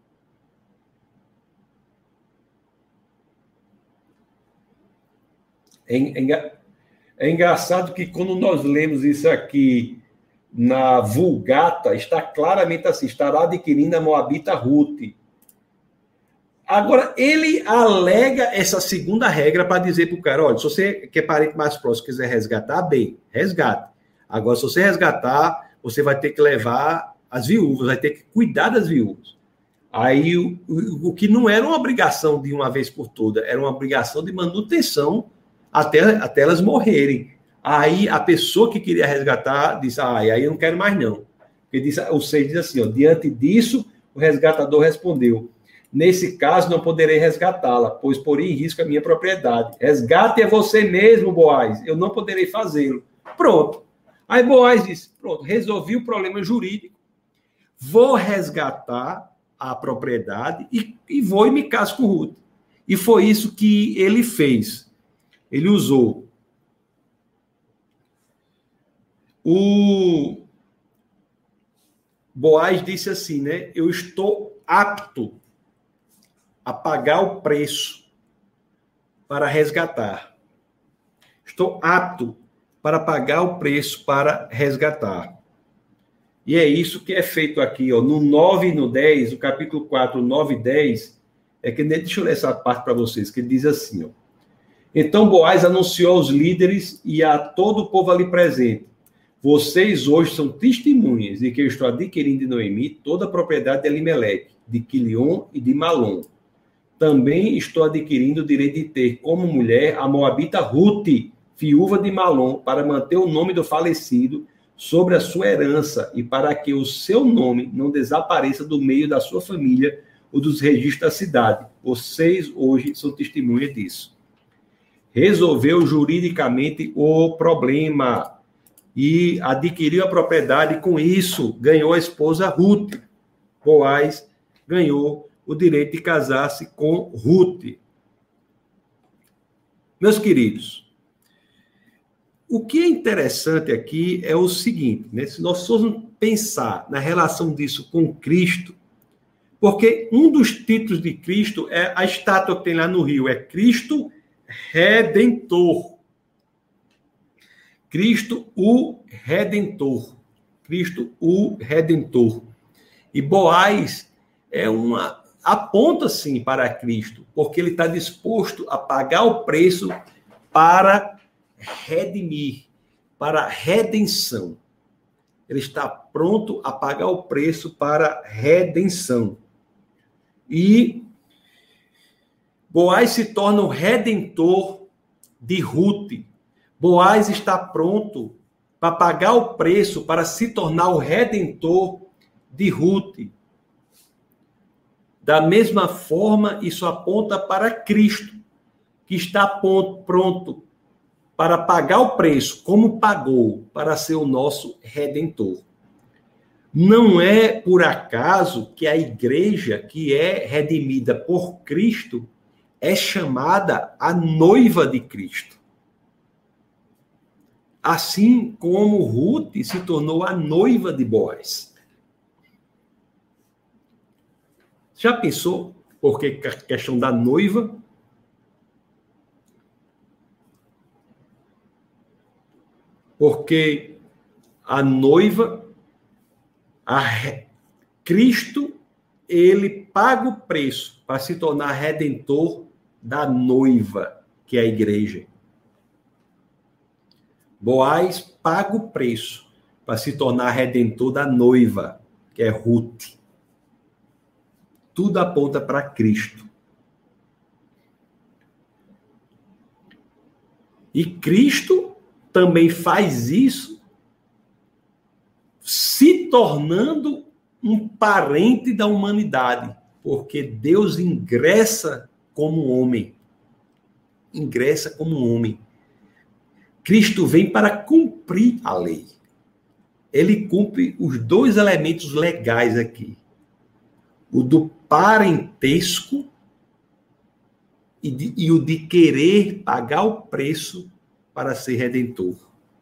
S1: É engraçado que quando nós lemos isso aqui na Vulgata, está claramente assim, estará adquirindo a Moabita Ruth. Agora, ele alega essa segunda regra para dizer para o cara, olha, se você quer parente mais próximo quiser resgatar, bem, resgate. Agora, se você resgatar, você vai ter que levar as viúvas, vai ter que cuidar das viúvas. Aí, o que não era uma obrigação de uma vez por toda, era uma obrigação de manutenção até elas morrerem. Aí, a pessoa que queria resgatar disse, aí eu não quero mais não. O 6 diz assim, ó, diante disso, o resgatador respondeu, nesse caso, não poderei resgatá-la, pois porei em risco a minha propriedade. Resgate é você mesmo, Boaz. Eu não poderei fazê-lo. Pronto. Aí Boaz disse, pronto, resolvi o problema jurídico, vou resgatar a propriedade e vou e me caso com Ruth. E foi isso que ele fez. Ele usou o Boaz disse assim, né? Eu estou apto a pagar o preço para resgatar. Estou apto para pagar o preço para resgatar. E é isso que é feito aqui, ó, no 9 e no 10, o capítulo 4, 9 e 10, deixa eu ler essa parte para vocês, que ele diz assim, ó. Então Boaz anunciou aos líderes e a todo o povo ali presente, vocês hoje são testemunhas de que eu estou adquirindo de Noemi toda a propriedade de Elimeleque, de Quilion e de Malom. Também estou adquirindo o direito de ter como mulher a moabita Ruth, viúva de Malom, para manter o nome do falecido sobre a sua herança e para que o seu nome não desapareça do meio da sua família ou dos registros da cidade. Vocês hoje são testemunhas disso. Resolveu juridicamente o problema e adquiriu a propriedade, e com isso ganhou a esposa Ruth. Boaz ganhou o direito de casar-se com Ruth. Meus queridos, o que é interessante aqui é o seguinte, né? Se nós formos pensar na relação disso com Cristo, porque um dos títulos de Cristo é a estátua que tem lá no Rio, é Cristo Redentor. Cristo o Redentor. Cristo o Redentor. E Boaz aponta, sim, para Cristo, porque ele está disposto a pagar o preço para redimir, para redenção. Ele está pronto a pagar o preço para redenção. E Boaz se torna o redentor de Ruth. Boaz está pronto para pagar o preço para se tornar o redentor de Ruth. Da mesma forma, isso aponta para Cristo, que está pronto para pagar o preço, como pagou, para ser o nosso redentor. Não é por acaso que a igreja, que é redimida por Cristo, é chamada a noiva de Cristo. Assim como Ruth se tornou a noiva de Boaz. Já pensou por que a questão da noiva? Porque a noiva, Cristo ele paga o preço para se tornar redentor da noiva, que é a igreja. Boaz paga o preço para se tornar redentor da noiva, que é Ruth. Tudo aponta para Cristo. E Cristo também faz isso se tornando um parente da humanidade, porque Deus ingressa como homem. Ingressa como homem. Cristo vem para cumprir a lei. Ele cumpre os dois elementos legais aqui. O do parentesco e o de querer pagar o preço para ser redentor.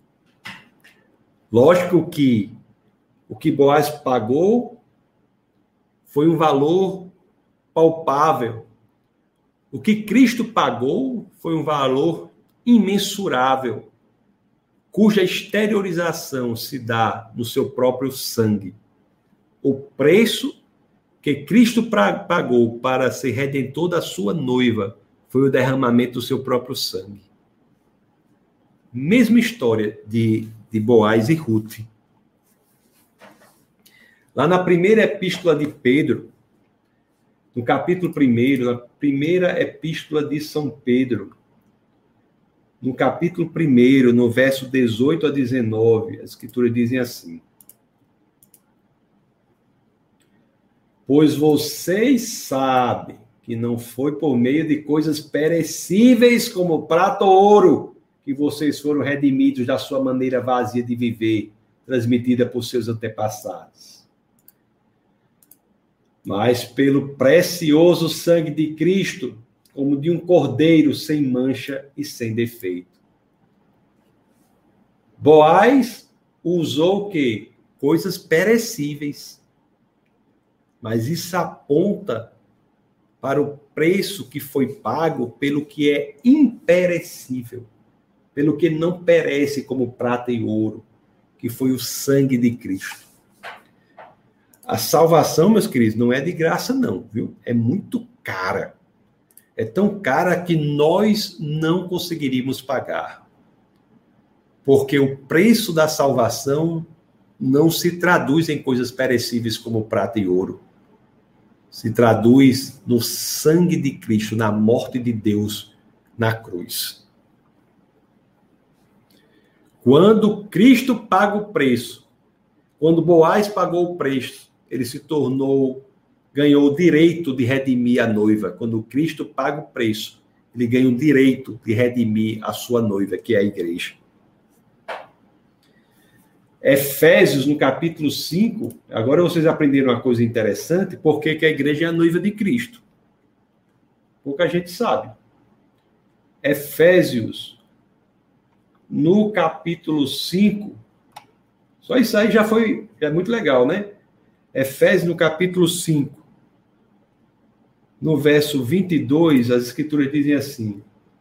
S1: Lógico que o que Boaz pagou foi um valor palpável. O que Cristo pagou foi um valor imensurável, cuja exteriorização se dá no seu próprio sangue. O preço que Cristo pagou para ser redentor da sua noiva foi o derramamento do seu próprio sangue. Mesma história de Boaz e Ruth. Lá na primeira epístola de Pedro, no capítulo 1, na primeira epístola de São Pedro, no capítulo 1, no verso 18 a 19, as escrituras dizem assim: pois vocês sabem que não foi por meio de coisas perecíveis como prata ou ouro que vocês foram redimidos da sua maneira vazia de viver, transmitida por seus antepassados, mas pelo precioso sangue de Cristo, como de um cordeiro sem mancha e sem defeito. Boaz usou o quê? Coisas perecíveis. Mas isso aponta para o preço que foi pago pelo que é imperecível, pelo que não perece como prata e ouro, que foi o sangue de Cristo. A salvação, meus queridos, não é de graça não, viu? É muito cara. É tão cara que nós não conseguiríamos pagar. Porque o preço da salvação não se traduz em coisas perecíveis como prata e ouro. Se traduz no sangue de Cristo, na morte de Deus na cruz. Quando Cristo paga o preço, quando Boaz pagou o preço, ele se tornou, ganhou o direito de redimir a noiva. Quando Cristo paga o preço, ele ganha o direito de redimir a sua noiva, que é a igreja. Efésios, no capítulo 5, agora vocês aprenderam uma coisa interessante, porque que a igreja é a noiva de Cristo. Pouca gente sabe. Efésios, no capítulo 5, só isso aí já é muito legal, né? Efésios, no capítulo 5, no verso 22, as escrituras dizem assim,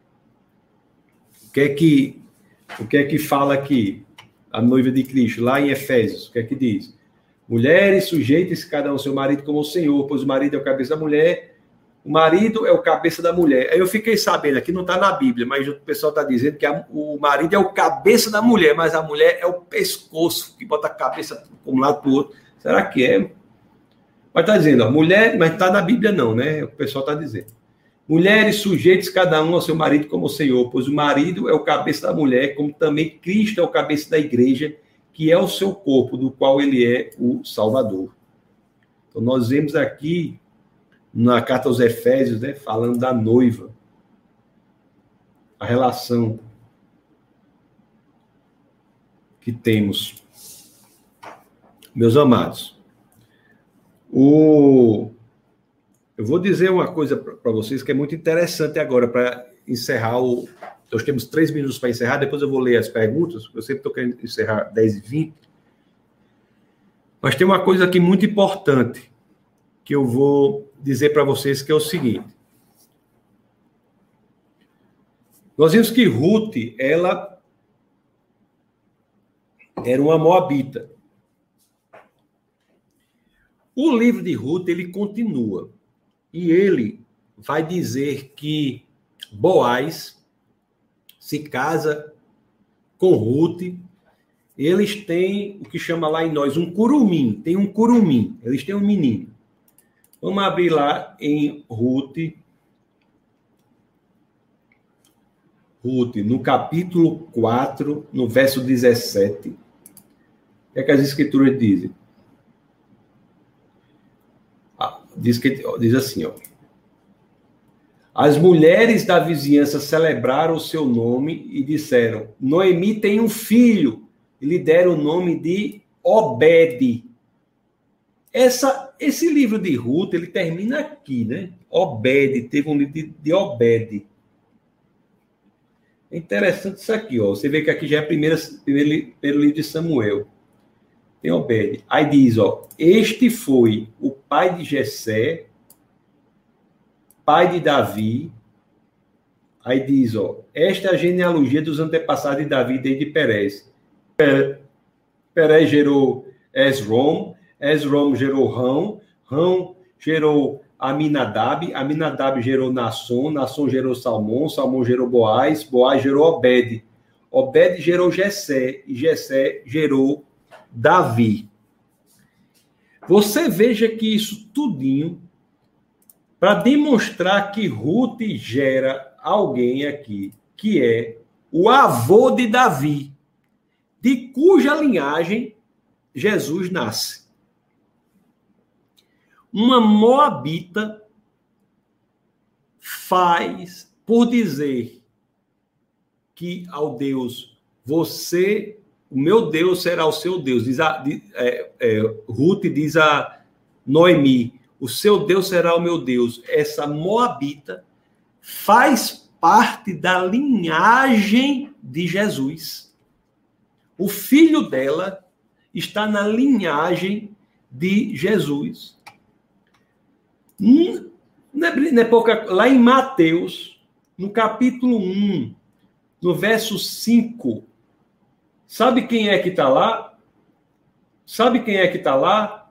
S1: o que é que fala aqui? A noiva de Cristo, lá em Efésios, o que é que diz? Mulheres, sujeitem-se cada um ao seu marido como o Senhor, pois o marido é o cabeça da mulher, o marido é o cabeça da mulher. Aí eu fiquei sabendo, aqui não está na Bíblia, mas o pessoal está dizendo que o marido é o cabeça da mulher, mas a mulher é o pescoço, que bota a cabeça para um lado para o outro. Será que é? Mas está dizendo, ó, mulher, mas está na Bíblia não, né? O pessoal está dizendo. Mulheres, sujeitos cada um ao seu marido como o Senhor, pois o marido é o cabeça da mulher, como também Cristo é o cabeça da igreja, que é o seu corpo, do qual ele é o Salvador. Então, nós vemos aqui, na carta aos Efésios, né, falando da noiva, a relação que temos. Meus amados, eu vou dizer uma coisa para vocês que é muito interessante agora, para encerrar nós temos 3 minutos para encerrar, depois eu vou ler as perguntas, eu sempre estou querendo encerrar 10h20. Mas tem uma coisa aqui muito importante que eu vou dizer para vocês, que é o seguinte. Nós vimos que Ruth, ela era uma moabita. O livro de Ruth, ele continua. E ele vai dizer que Boaz se casa com Ruth. Eles têm o que chama lá em nós um curumim. Tem um curumim. Eles têm um menino. Vamos abrir lá em Ruth. Ruth, no capítulo 4, no verso 17. O que é que as escrituras dizem? Diz assim, ó. As mulheres da vizinhança celebraram o seu nome e disseram: Noemi tem um filho. E lhe deram o nome de Obed. Esse livro de Ruth, ele termina aqui, né? Obed, teve um livro de Obed. É interessante isso aqui, ó. Você vê que aqui já é primeiro livro de Samuel. Tem Obed. Aí diz, ó, este foi o pai de Jessé, pai de Davi. Aí diz, ó, esta é a genealogia dos antepassados de Davi desde Perez. Perez gerou Esrom, Esrom gerou Rão, Rão gerou Aminadab, Aminadab gerou Nasson, Nasson gerou Salmão, Salmão gerou Boaz, Boaz gerou Obed, Obed gerou Jessé, e Jessé gerou Davi. Você veja que isso tudinho para demonstrar que Ruth gera alguém aqui que é o avô de Davi, de cuja linhagem Jesus nasce. Uma moabita faz por dizer que ao Deus, você, o meu Deus será o seu Deus. Ruth diz a Noemi, o seu Deus será o meu Deus. Essa moabita faz parte da linhagem de Jesus. O filho dela está na linhagem de Jesus. Lá em Mateus, no capítulo 1, no verso 5, sabe quem é que está lá? Sabe quem é que está lá?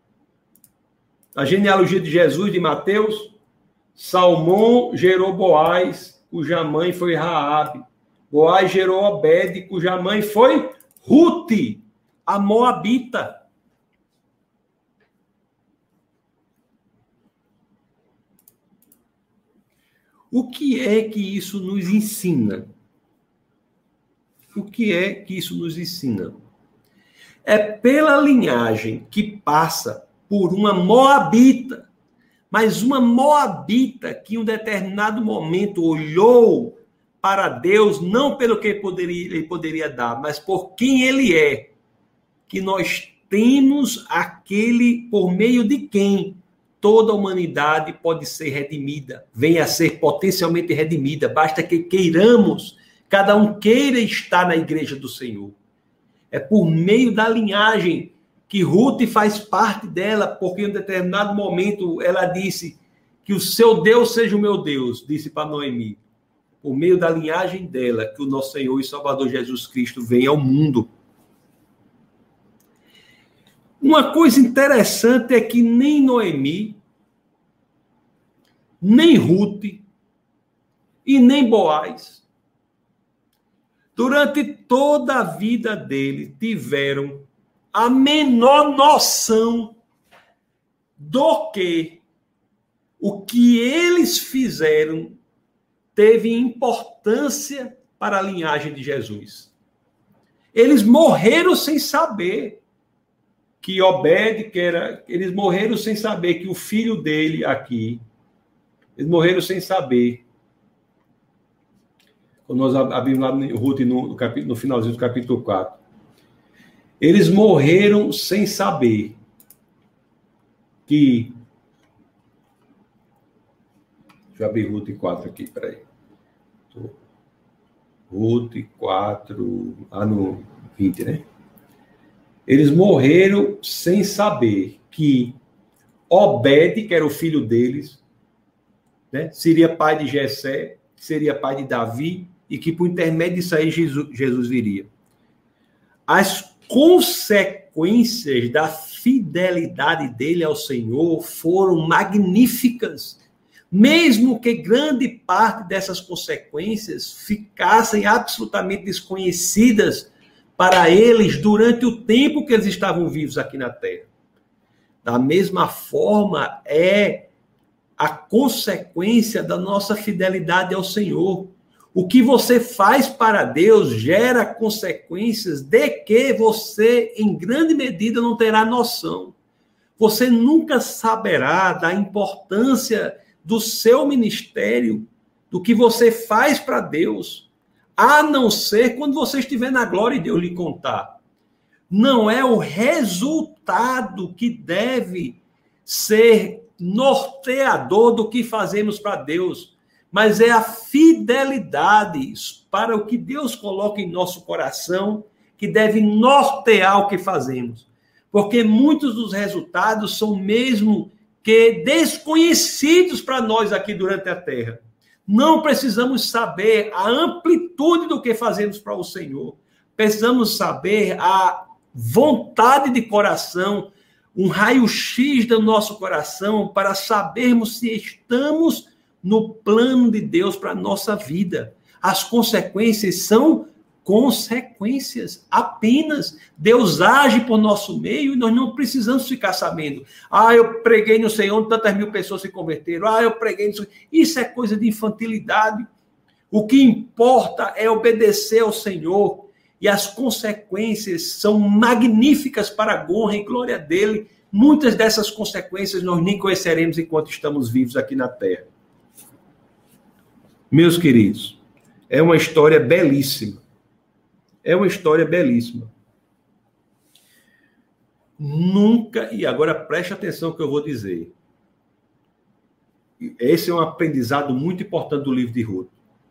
S1: A genealogia de Jesus, de Mateus. Salmão gerou Boaz, cuja mãe foi Raabe. Boaz gerou Obed, cuja mãe foi Ruth, a moabita. O que é que isso nos ensina? O que é que isso nos ensina? É pela linhagem que passa por uma moabita, mas uma moabita que em um determinado momento olhou para Deus, não pelo que ele poderia dar, mas por quem ele é, que nós temos aquele por meio de quem toda a humanidade pode ser redimida, venha a ser potencialmente redimida, basta que queiramos, cada um queira estar na igreja do Senhor. É por meio da linhagem que Ruth faz parte dela, porque em um determinado momento ela disse que o seu Deus seja o meu Deus, disse para Noemi. Por meio da linhagem dela, que o nosso Senhor e Salvador Jesus Cristo venha ao mundo. Uma coisa interessante é que nem Noemi, nem Ruth e nem Boaz, durante toda a vida dele, tiveram a menor noção do que o que eles fizeram teve importância para a linhagem de Jesus. Eles morreram sem saber que Obed, eles morreram sem saber que o filho dele aqui, eles morreram sem saber. Quando nós abrimos lá no Ruth, no finalzinho do capítulo 4. Eles morreram sem saber que... Deixa eu abrir Ruth 4 aqui, peraí. Ruth 4, no 20, né? Eles morreram sem saber que Obed, que era o filho deles, né, seria pai de Jessé, seria pai de Davi, e que por intermédio disso aí Jesus viria. As consequências da fidelidade dele ao Senhor foram magníficas. Mesmo que grande parte dessas consequências ficassem absolutamente desconhecidas para eles durante o tempo que eles estavam vivos aqui na Terra. Da mesma forma, é a consequência da nossa fidelidade ao Senhor. O que você faz para Deus gera consequências de que você, em grande medida, não terá noção. Você nunca saberá da importância do seu ministério, do que você faz para Deus, a não ser quando você estiver na glória e Deus lhe contar. Não é o resultado que deve ser norteador do que fazemos para Deus, mas é a fidelidade para o que Deus coloca em nosso coração que deve nortear o que fazemos. Porque muitos dos resultados são mesmo que desconhecidos para nós aqui durante a terra. Não precisamos saber a amplitude do que fazemos para o Senhor. Precisamos saber a vontade de coração, um raio-x do nosso coração para sabermos se estamos no plano de Deus para a nossa vida. As consequências são consequências apenas. Deus age por nosso meio e nós não precisamos ficar sabendo. Eu preguei no Senhor, tantas mil pessoas se converteram. Eu preguei no Senhor. Isso é coisa de infantilidade. O que importa é obedecer ao Senhor e as consequências são magníficas para a honra e glória dele. Muitas dessas consequências nós nem conheceremos enquanto estamos vivos aqui na terra. Meus queridos, é uma história belíssima. É uma história belíssima. Nunca, e agora preste atenção no que eu vou dizer. Esse é um aprendizado muito importante do livro de Ruth.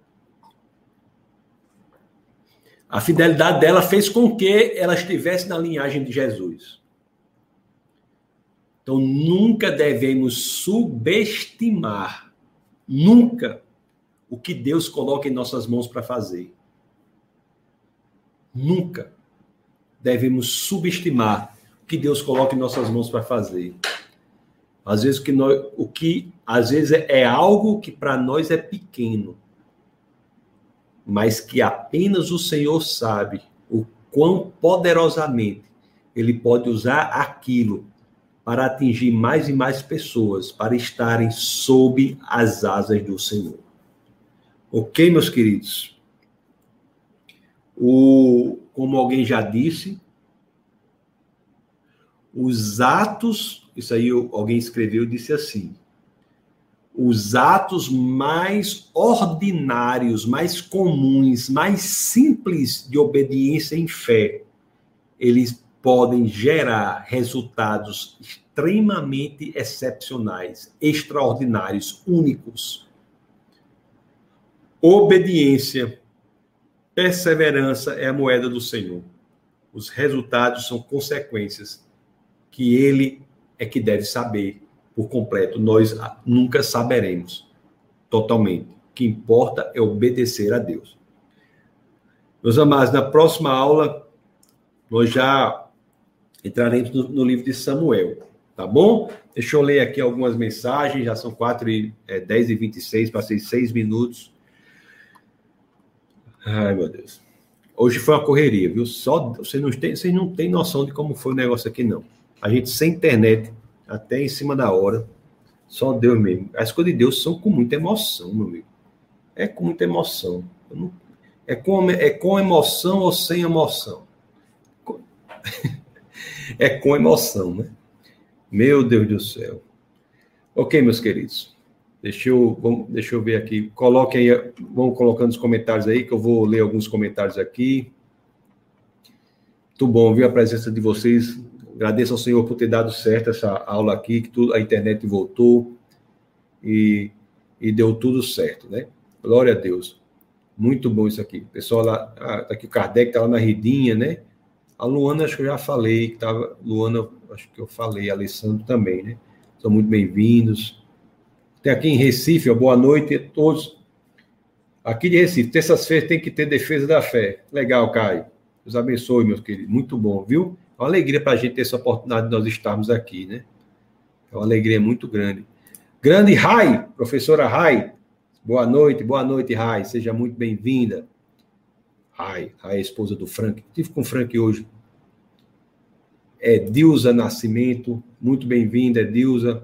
S1: A fidelidade dela fez com que ela estivesse na linhagem de Jesus. Então, nunca devemos subestimar, nunca, o que Deus coloca em nossas mãos para fazer. Nunca devemos subestimar o que Deus coloca em nossas mãos para fazer. Às vezes, às vezes é algo que para nós é pequeno, mas que apenas o Senhor sabe o quão poderosamente Ele pode usar aquilo para atingir mais e mais pessoas, para estarem sob as asas do Senhor. Ok, meus queridos? Como alguém já disse, os atos, isso aí alguém escreveu, disse assim, os atos mais ordinários, mais comuns, mais simples de obediência em fé, eles podem gerar resultados extremamente excepcionais, extraordinários, únicos. Obediência, perseverança é a moeda do Senhor. Os resultados são consequências que Ele é que deve saber por completo. Nós nunca saberemos totalmente. O que importa é obedecer a Deus. Meus amados, na próxima aula, nós já entraremos no livro de Samuel, tá bom? Deixa eu ler aqui algumas mensagens, já são 10h26, passei 6 minutos. Ai, meu Deus. Hoje foi uma correria, viu? Vocês não têm noção de como foi o negócio aqui, não. A gente sem internet, até em cima da hora, só Deus mesmo. As coisas de Deus são com muita emoção, meu amigo. É com muita emoção. É com emoção ou sem emoção? É com emoção, né? Meu Deus do céu. Ok, meus queridos. Deixa eu ver aqui. Coloquem aí, vão colocando os comentários aí, que eu vou ler alguns comentários aqui. Muito bom, viu, a presença de vocês. Agradeço ao Senhor por ter dado certo essa aula aqui, que a internet voltou e deu tudo certo, né? Glória a Deus. Muito bom isso aqui. O pessoal lá, aqui o Kardec está lá na Ridinha, né? A Luana, acho que eu já falei, que estava. Luana, acho que eu falei, a Alessandro também, né? São muito bem-vindos. Tem aqui em Recife, ó, boa noite a todos. Aqui de Recife, terças-feiras tem que ter defesa da fé. Legal, Caio. Deus abençoe, meus queridos. Muito bom, viu? É uma alegria para a gente ter essa oportunidade de nós estarmos aqui, né? É uma alegria muito grande. Grande Rai, professora Rai. Boa noite, Rai. Seja muito bem-vinda. Rai, a esposa do Frank. Estive com o Frank hoje. Dilza Nascimento. Muito bem-vinda, Dilza.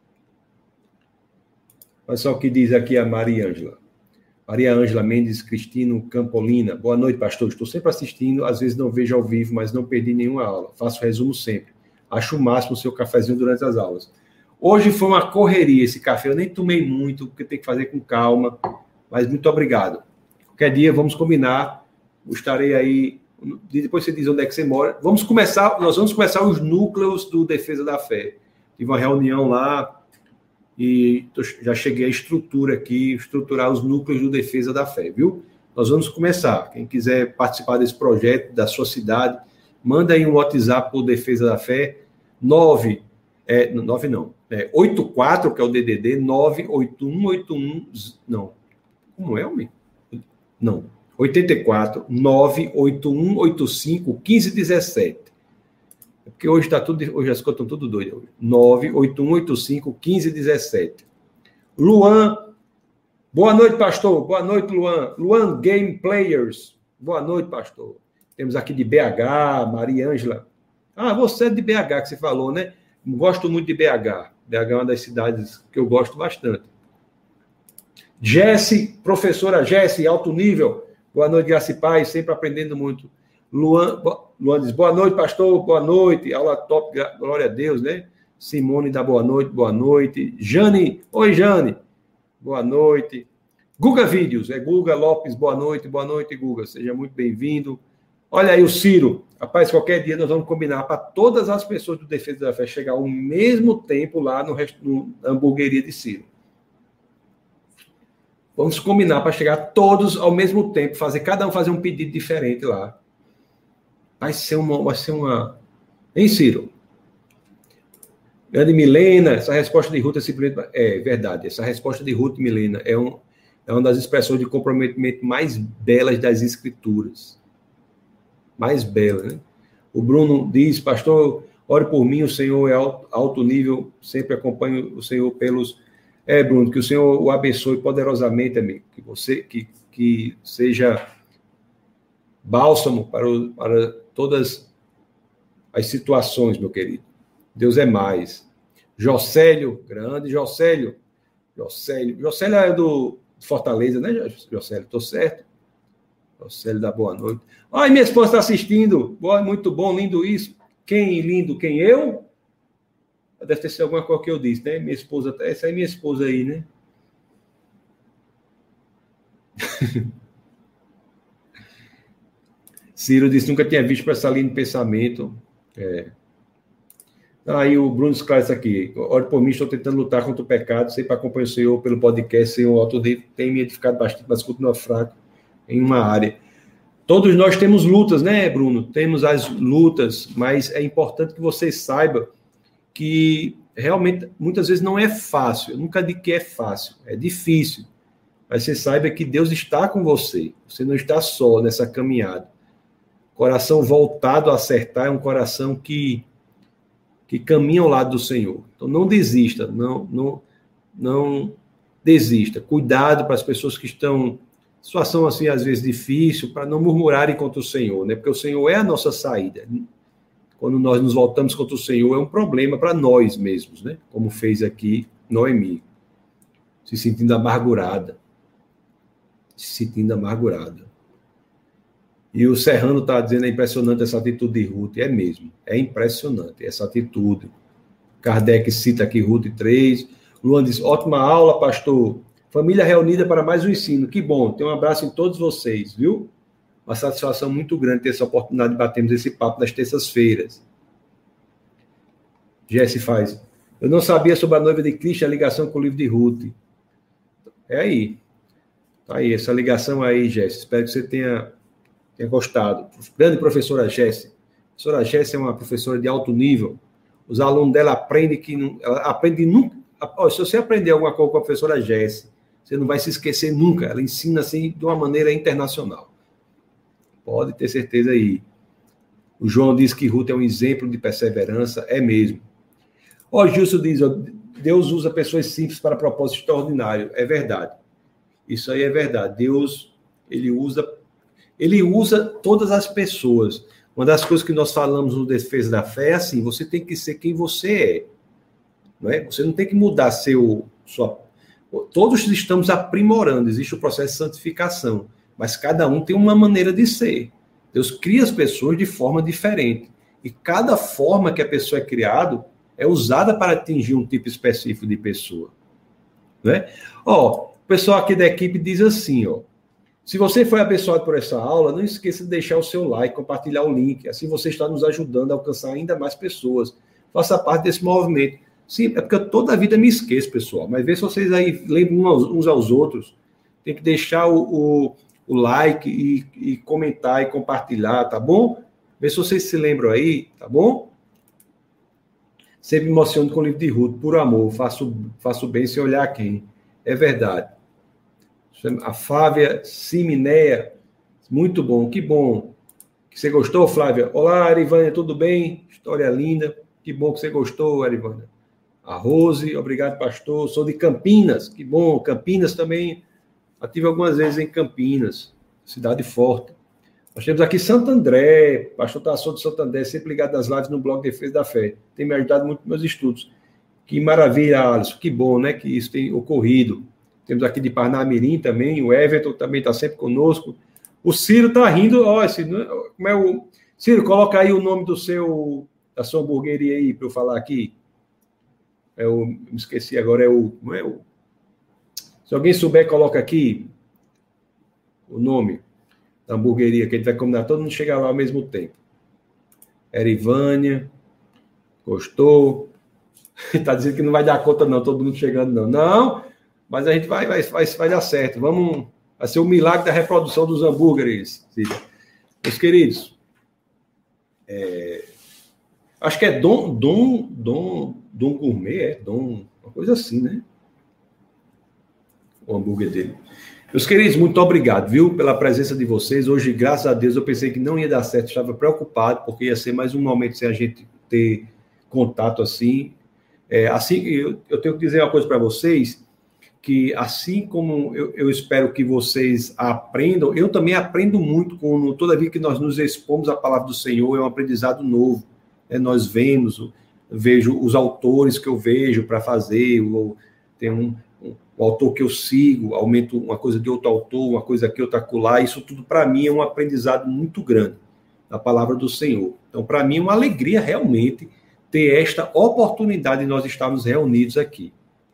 S1: Olha só o que diz aqui a Maria Ângela. Maria Ângela Mendes Cristino Campolina. Boa noite, pastor. Estou sempre assistindo, às vezes não vejo ao vivo, mas não perdi nenhuma aula. Faço resumo sempre. Acho o máximo o seu cafezinho durante as aulas. Hoje foi uma correria esse café. Eu nem tomei muito, porque tem que fazer com calma. Mas muito obrigado. Qualquer dia vamos combinar. Estarei aí. Depois você diz onde é que você mora. Nós vamos começar os núcleos do Defesa da Fé. Tive uma reunião lá. E já cheguei à estrutura aqui, estruturar os núcleos do Defesa da Fé, viu? Nós vamos começar. Quem quiser participar desse projeto, da sua cidade, manda aí um WhatsApp para o Defesa da Fé, 84, que é o DDD, 98181, não, como é, homem? Não, 84, 98185, 1517. Porque hoje está tudo, hoje as coisas estão tudo doidas. 98185-1517. Luan, boa noite, pastor. Boa noite, Luan. Luan Game Players. Boa noite, pastor. Temos aqui de BH, Maria Ângela. Ah, você é de BH que você falou, né? Gosto muito de BH. BH é uma das cidades que eu gosto bastante. Jesse, professora Jesse, alto nível. Boa noite, graça e paz, sempre aprendendo muito. Luan diz, boa noite, pastor, boa noite, aula top, glória a Deus, né? Simone dá boa noite. Jane, oi, Jane, boa noite. Guga Vídeos, Guga Lopes, boa noite, Guga, seja muito bem-vindo. Olha aí o Ciro, rapaz, qualquer dia nós vamos combinar para todas as pessoas do Defesa da Fé chegar ao mesmo tempo lá na hamburgueria de Ciro. Vamos combinar para chegar todos ao mesmo tempo, cada um fazer um pedido diferente lá. Vai ser uma... Hein, Ciro? Grande Milena, essa resposta de Ruth é simplesmente... É verdade, essa resposta de Ruth, Milena, é uma das expressões de comprometimento mais belas das Escrituras. Mais bela, né? O Bruno diz, pastor, ore por mim, o Senhor é alto nível, sempre acompanho o Senhor pelos... Bruno, que o Senhor o abençoe poderosamente, amigo, que seja bálsamo para todas as situações, meu querido. Deus é mais. Jocélio, grande Jocélio. Jocélio é do Fortaleza, né, Jocélio? Estou certo? Jocélio dá boa noite. Ai, minha esposa está assistindo. Boa, muito bom, lindo isso. Quem lindo? Quem eu? Deve ter sido alguma coisa que eu disse, né? Minha esposa, essa é minha esposa aí, né? Ciro disse, nunca tinha visto para essa linha de pensamento. Aí o Bruno esclarece aqui. Ore por mim, estou tentando lutar contra o pecado, sempre acompanho o Senhor pelo podcast, Senhor alto nível, tem me edificado bastante, mas continua fraco em uma área. Todos nós temos lutas, né, Bruno? Temos as lutas, mas é importante que você saiba que realmente, muitas vezes não é fácil. Eu nunca digo que é fácil, é difícil. Mas você saiba que Deus está com você. Você não está só nessa caminhada. Coração voltado a acertar é um coração que caminha ao lado do Senhor. Então, não desista, não desista. Cuidado para as pessoas que estão em situação, assim, às vezes, difícil, para não murmurarem contra o Senhor, né? Porque o Senhor é a nossa saída. Quando nós nos voltamos contra o Senhor, é um problema para nós mesmos, né? Como fez aqui Noemi, se sentindo amargurada. E o Serrano está dizendo, é impressionante essa atitude de Ruth. É mesmo, é impressionante essa atitude. Kardec cita aqui Ruth 3. Luan diz, ótima aula, pastor. Família reunida para mais um ensino. Que bom, tem um abraço em todos vocês, viu? Uma satisfação muito grande ter essa oportunidade de batermos esse papo nas terças-feiras. Jesse faz. Eu não sabia sobre a noiva de Cristo, a ligação com o livro de Ruth. É aí. Tá aí, essa ligação aí, Jesse. Espero que você tenha gostado. Grande professora Jesse. A professora Jesse é uma professora de alto nível. Os alunos dela aprendem ela aprende nunca. Se você aprender alguma coisa com a professora Jesse, você não vai se esquecer nunca. Ela ensina assim de uma maneira internacional. Pode ter certeza aí. O João diz que Ruth é um exemplo de perseverança, é mesmo. Ó, Gilson diz, ó, Deus usa pessoas simples para propósito extraordinário. É verdade. Isso aí é verdade. Deus, ele usa todas as pessoas. Uma das coisas que nós falamos no Defesa da Fé é assim, você tem que ser quem você é. Não é? Você não tem que mudar Todos estamos aprimorando, existe o processo de santificação, mas cada um tem uma maneira de ser. Deus cria as pessoas de forma diferente. E cada forma que a pessoa é criada é usada para atingir um tipo específico de pessoa. Né? Ó, o pessoal aqui da equipe diz assim, ó, se você foi abençoado por essa aula, não esqueça de deixar o seu like, compartilhar o link, assim você está nos ajudando a alcançar ainda mais pessoas. Faça parte desse movimento. Sim, é porque eu toda a vida me esqueço, pessoal, mas vê se vocês aí lembram uns aos outros, tem que deixar o like e comentar e compartilhar, tá bom? Vê se vocês se lembram aí, tá bom? Sempre me emociono com o livro de Ruth, por amor, faço bem sem olhar quem. É verdade. A Flávia Siminéia, muito bom, que bom. Que você gostou, Flávia? Olá, Arivânia, tudo bem? História linda. Que bom que você gostou, Arivânia. A Rose, obrigado, pastor. Sou de Campinas, que bom. Campinas também, ative algumas vezes em Campinas, cidade forte. Nós temos aqui Santo André, pastor Tassou de Santo André, sempre ligado nas lives no blog Defesa da Fé. Tem me ajudado muito nos meus estudos. Que maravilha, Alisson, que bom, né, que isso tem ocorrido. Temos aqui de Parnamirim também, o Everton também está sempre conosco. O Ciro está rindo, ó, como é o... Ciro, coloca aí o nome da sua hamburgueria aí, para eu falar aqui. Me esqueci agora, se alguém souber, coloca aqui o nome da hamburgueria, que a gente vai combinar, todo mundo chegar lá ao mesmo tempo. Erivânia, gostou? Está dizendo que não vai dar conta não, todo mundo chegando não. Não, mas a gente vai dar certo. Vai ser o milagre da reprodução dos hambúrgueres. Meus queridos, acho que é Dom Gourmet, uma coisa assim, né? O hambúrguer dele. Meus queridos, muito obrigado, viu, pela presença de vocês. Hoje, graças a Deus, eu pensei que não ia dar certo, estava preocupado, porque ia ser mais um momento sem a gente ter contato assim. Eu tenho que dizer uma coisa para vocês, que assim como eu espero que vocês aprendam, eu também aprendo muito toda vez que nós nos expomos à palavra do Senhor, é um aprendizado novo. Nós vejo os autores que eu vejo para fazer, tem um autor que eu sigo, aumento uma coisa de outro autor, uma coisa aqui, outra acolá, isso tudo para mim é um aprendizado muito grande da palavra do Senhor. Então, para mim é uma alegria realmente ter esta oportunidade de nós estarmos reunidos aqui.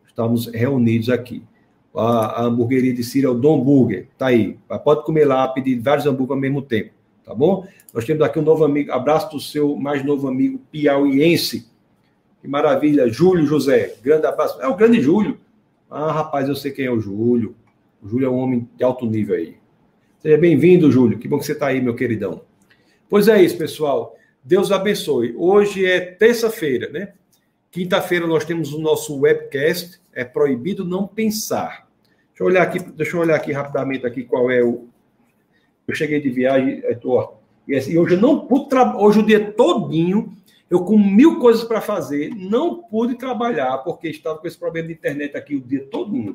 S1: A hamburgueria de Ciro é o Dom Burger, tá aí. Pode comer lá, pedir vários hambúrgueres ao mesmo tempo, tá bom? Nós temos aqui um novo amigo, abraço do seu mais novo amigo piauiense. Que maravilha, Júlio José, grande abraço. É o grande Júlio. Ah, rapaz, eu sei quem é o Júlio. O Júlio é um homem de alto nível aí. Seja bem-vindo, Júlio. Que bom que você está aí, meu queridão. Pois é isso, pessoal. Deus abençoe. Hoje é terça-feira, né? Quinta-feira nós temos o nosso webcast. É proibido não pensar. Deixa eu olhar aqui rapidamente aqui qual é o... Eu cheguei de viagem, e hoje eu não pude hoje o dia todinho, eu com 1000 coisas para fazer, não pude trabalhar, porque estava com esse problema de internet aqui o dia todinho.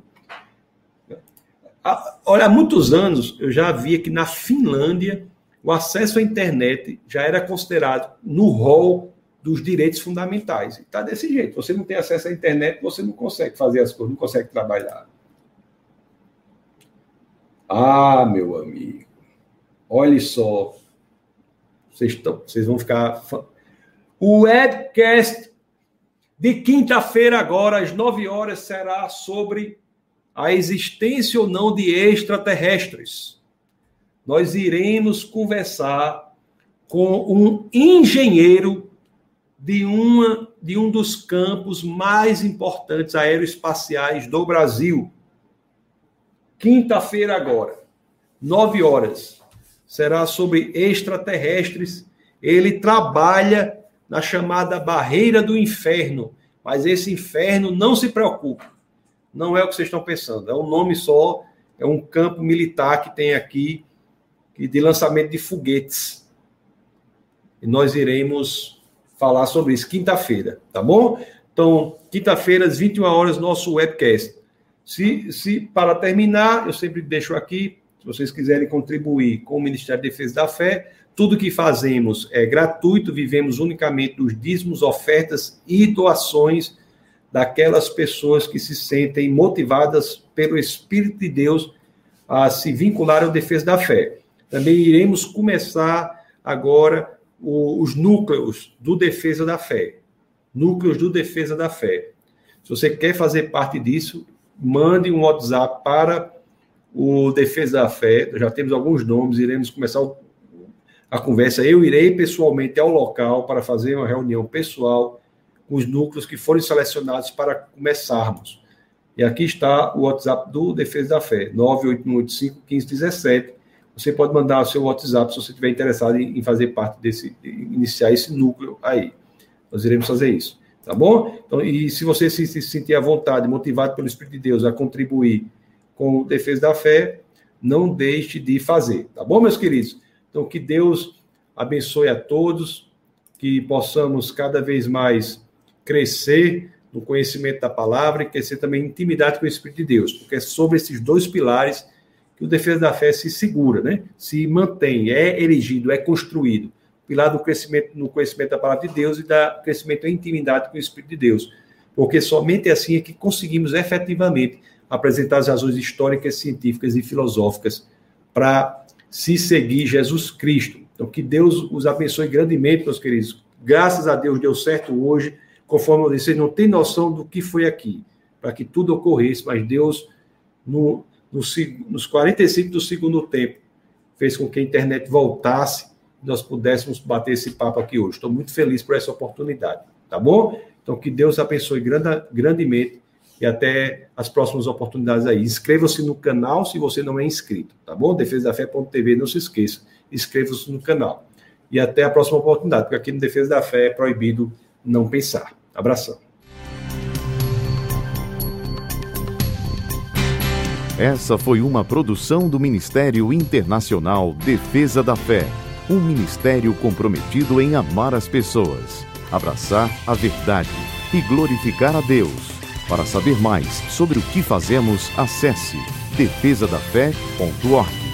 S1: Olha, há muitos anos eu já via que na Finlândia o acesso à internet já era considerado no rol dos direitos fundamentais. E está desse jeito. Você não tem acesso à internet, você não consegue fazer as coisas, não consegue trabalhar. Ah, meu amigo, olhe só. Vocês vão ficar... O webcast de quinta-feira agora, às 9 horas, será sobre a existência ou não de extraterrestres. Nós iremos conversar com um engenheiro de um dos campos mais importantes aeroespaciais do Brasil. Quinta-feira agora, 9 horas, será sobre extraterrestres. Ele trabalha na chamada barreira do inferno, mas esse inferno, não se preocupe, não é o que vocês estão pensando, é um nome só, é um campo militar que tem aqui, de lançamento de foguetes. E nós iremos falar sobre isso quinta-feira, tá bom? Então, quinta-feira, às 21 horas, nosso webcast. Para terminar, eu sempre deixo aqui, se vocês quiserem contribuir com o Ministério da Defesa da Fé, tudo que fazemos é gratuito, vivemos unicamente dos dízimos, ofertas e doações daquelas pessoas que se sentem motivadas pelo Espírito de Deus a se vincular ao Defesa da Fé. Também iremos começar agora os núcleos do Defesa da Fé. Núcleos do Defesa da Fé. Se você quer fazer parte disso, mande um WhatsApp para o Defesa da Fé. Já temos alguns nomes, iremos começar a conversa. Eu irei pessoalmente ao local para fazer uma reunião pessoal com os núcleos que forem selecionados para começarmos. E aqui está o WhatsApp do Defesa da Fé, 98185-1517. Você pode mandar o seu WhatsApp se você estiver interessado em fazer parte iniciar esse núcleo aí. Nós iremos fazer isso, tá bom? Então, e se você se sentir à vontade, motivado pelo Espírito de Deus a contribuir com o Defesa da Fé, não deixe de fazer, tá bom, meus queridos? Então, que Deus abençoe a todos, que possamos cada vez mais crescer no conhecimento da palavra e crescer também em intimidade com o Espírito de Deus, porque é sobre esses dois pilares que o Defesa da Fé se segura, né? Se mantém, é erigido, é construído. O pilar do crescimento no conhecimento da palavra de Deus e da crescimento em intimidade com o Espírito de Deus, porque somente assim é que conseguimos efetivamente apresentar as razões históricas, científicas e filosóficas para se seguir Jesus Cristo. Então, que Deus os abençoe grandemente, meus queridos. Graças a Deus deu certo hoje. Conforme eu disse, vocês não têm noção do que foi aqui, para que tudo ocorresse, mas Deus, nos 45 do segundo tempo, fez com que a internet voltasse e nós pudéssemos bater esse papo aqui hoje. Estou muito feliz por essa oportunidade, tá bom? Então, que Deus abençoe grandemente e até as próximas oportunidades aí. Inscreva-se no canal se você não é inscrito, tá bom? defesadafé.tv, não se esqueça, inscreva-se no canal. E até a próxima oportunidade, porque aqui no Defesa da Fé é proibido não pensar. Abração.
S2: Essa foi uma produção do Ministério Internacional Defesa da Fé, um ministério comprometido em amar as pessoas, abraçar a verdade e glorificar a Deus. Para saber mais sobre o que fazemos, acesse defesadafé.org.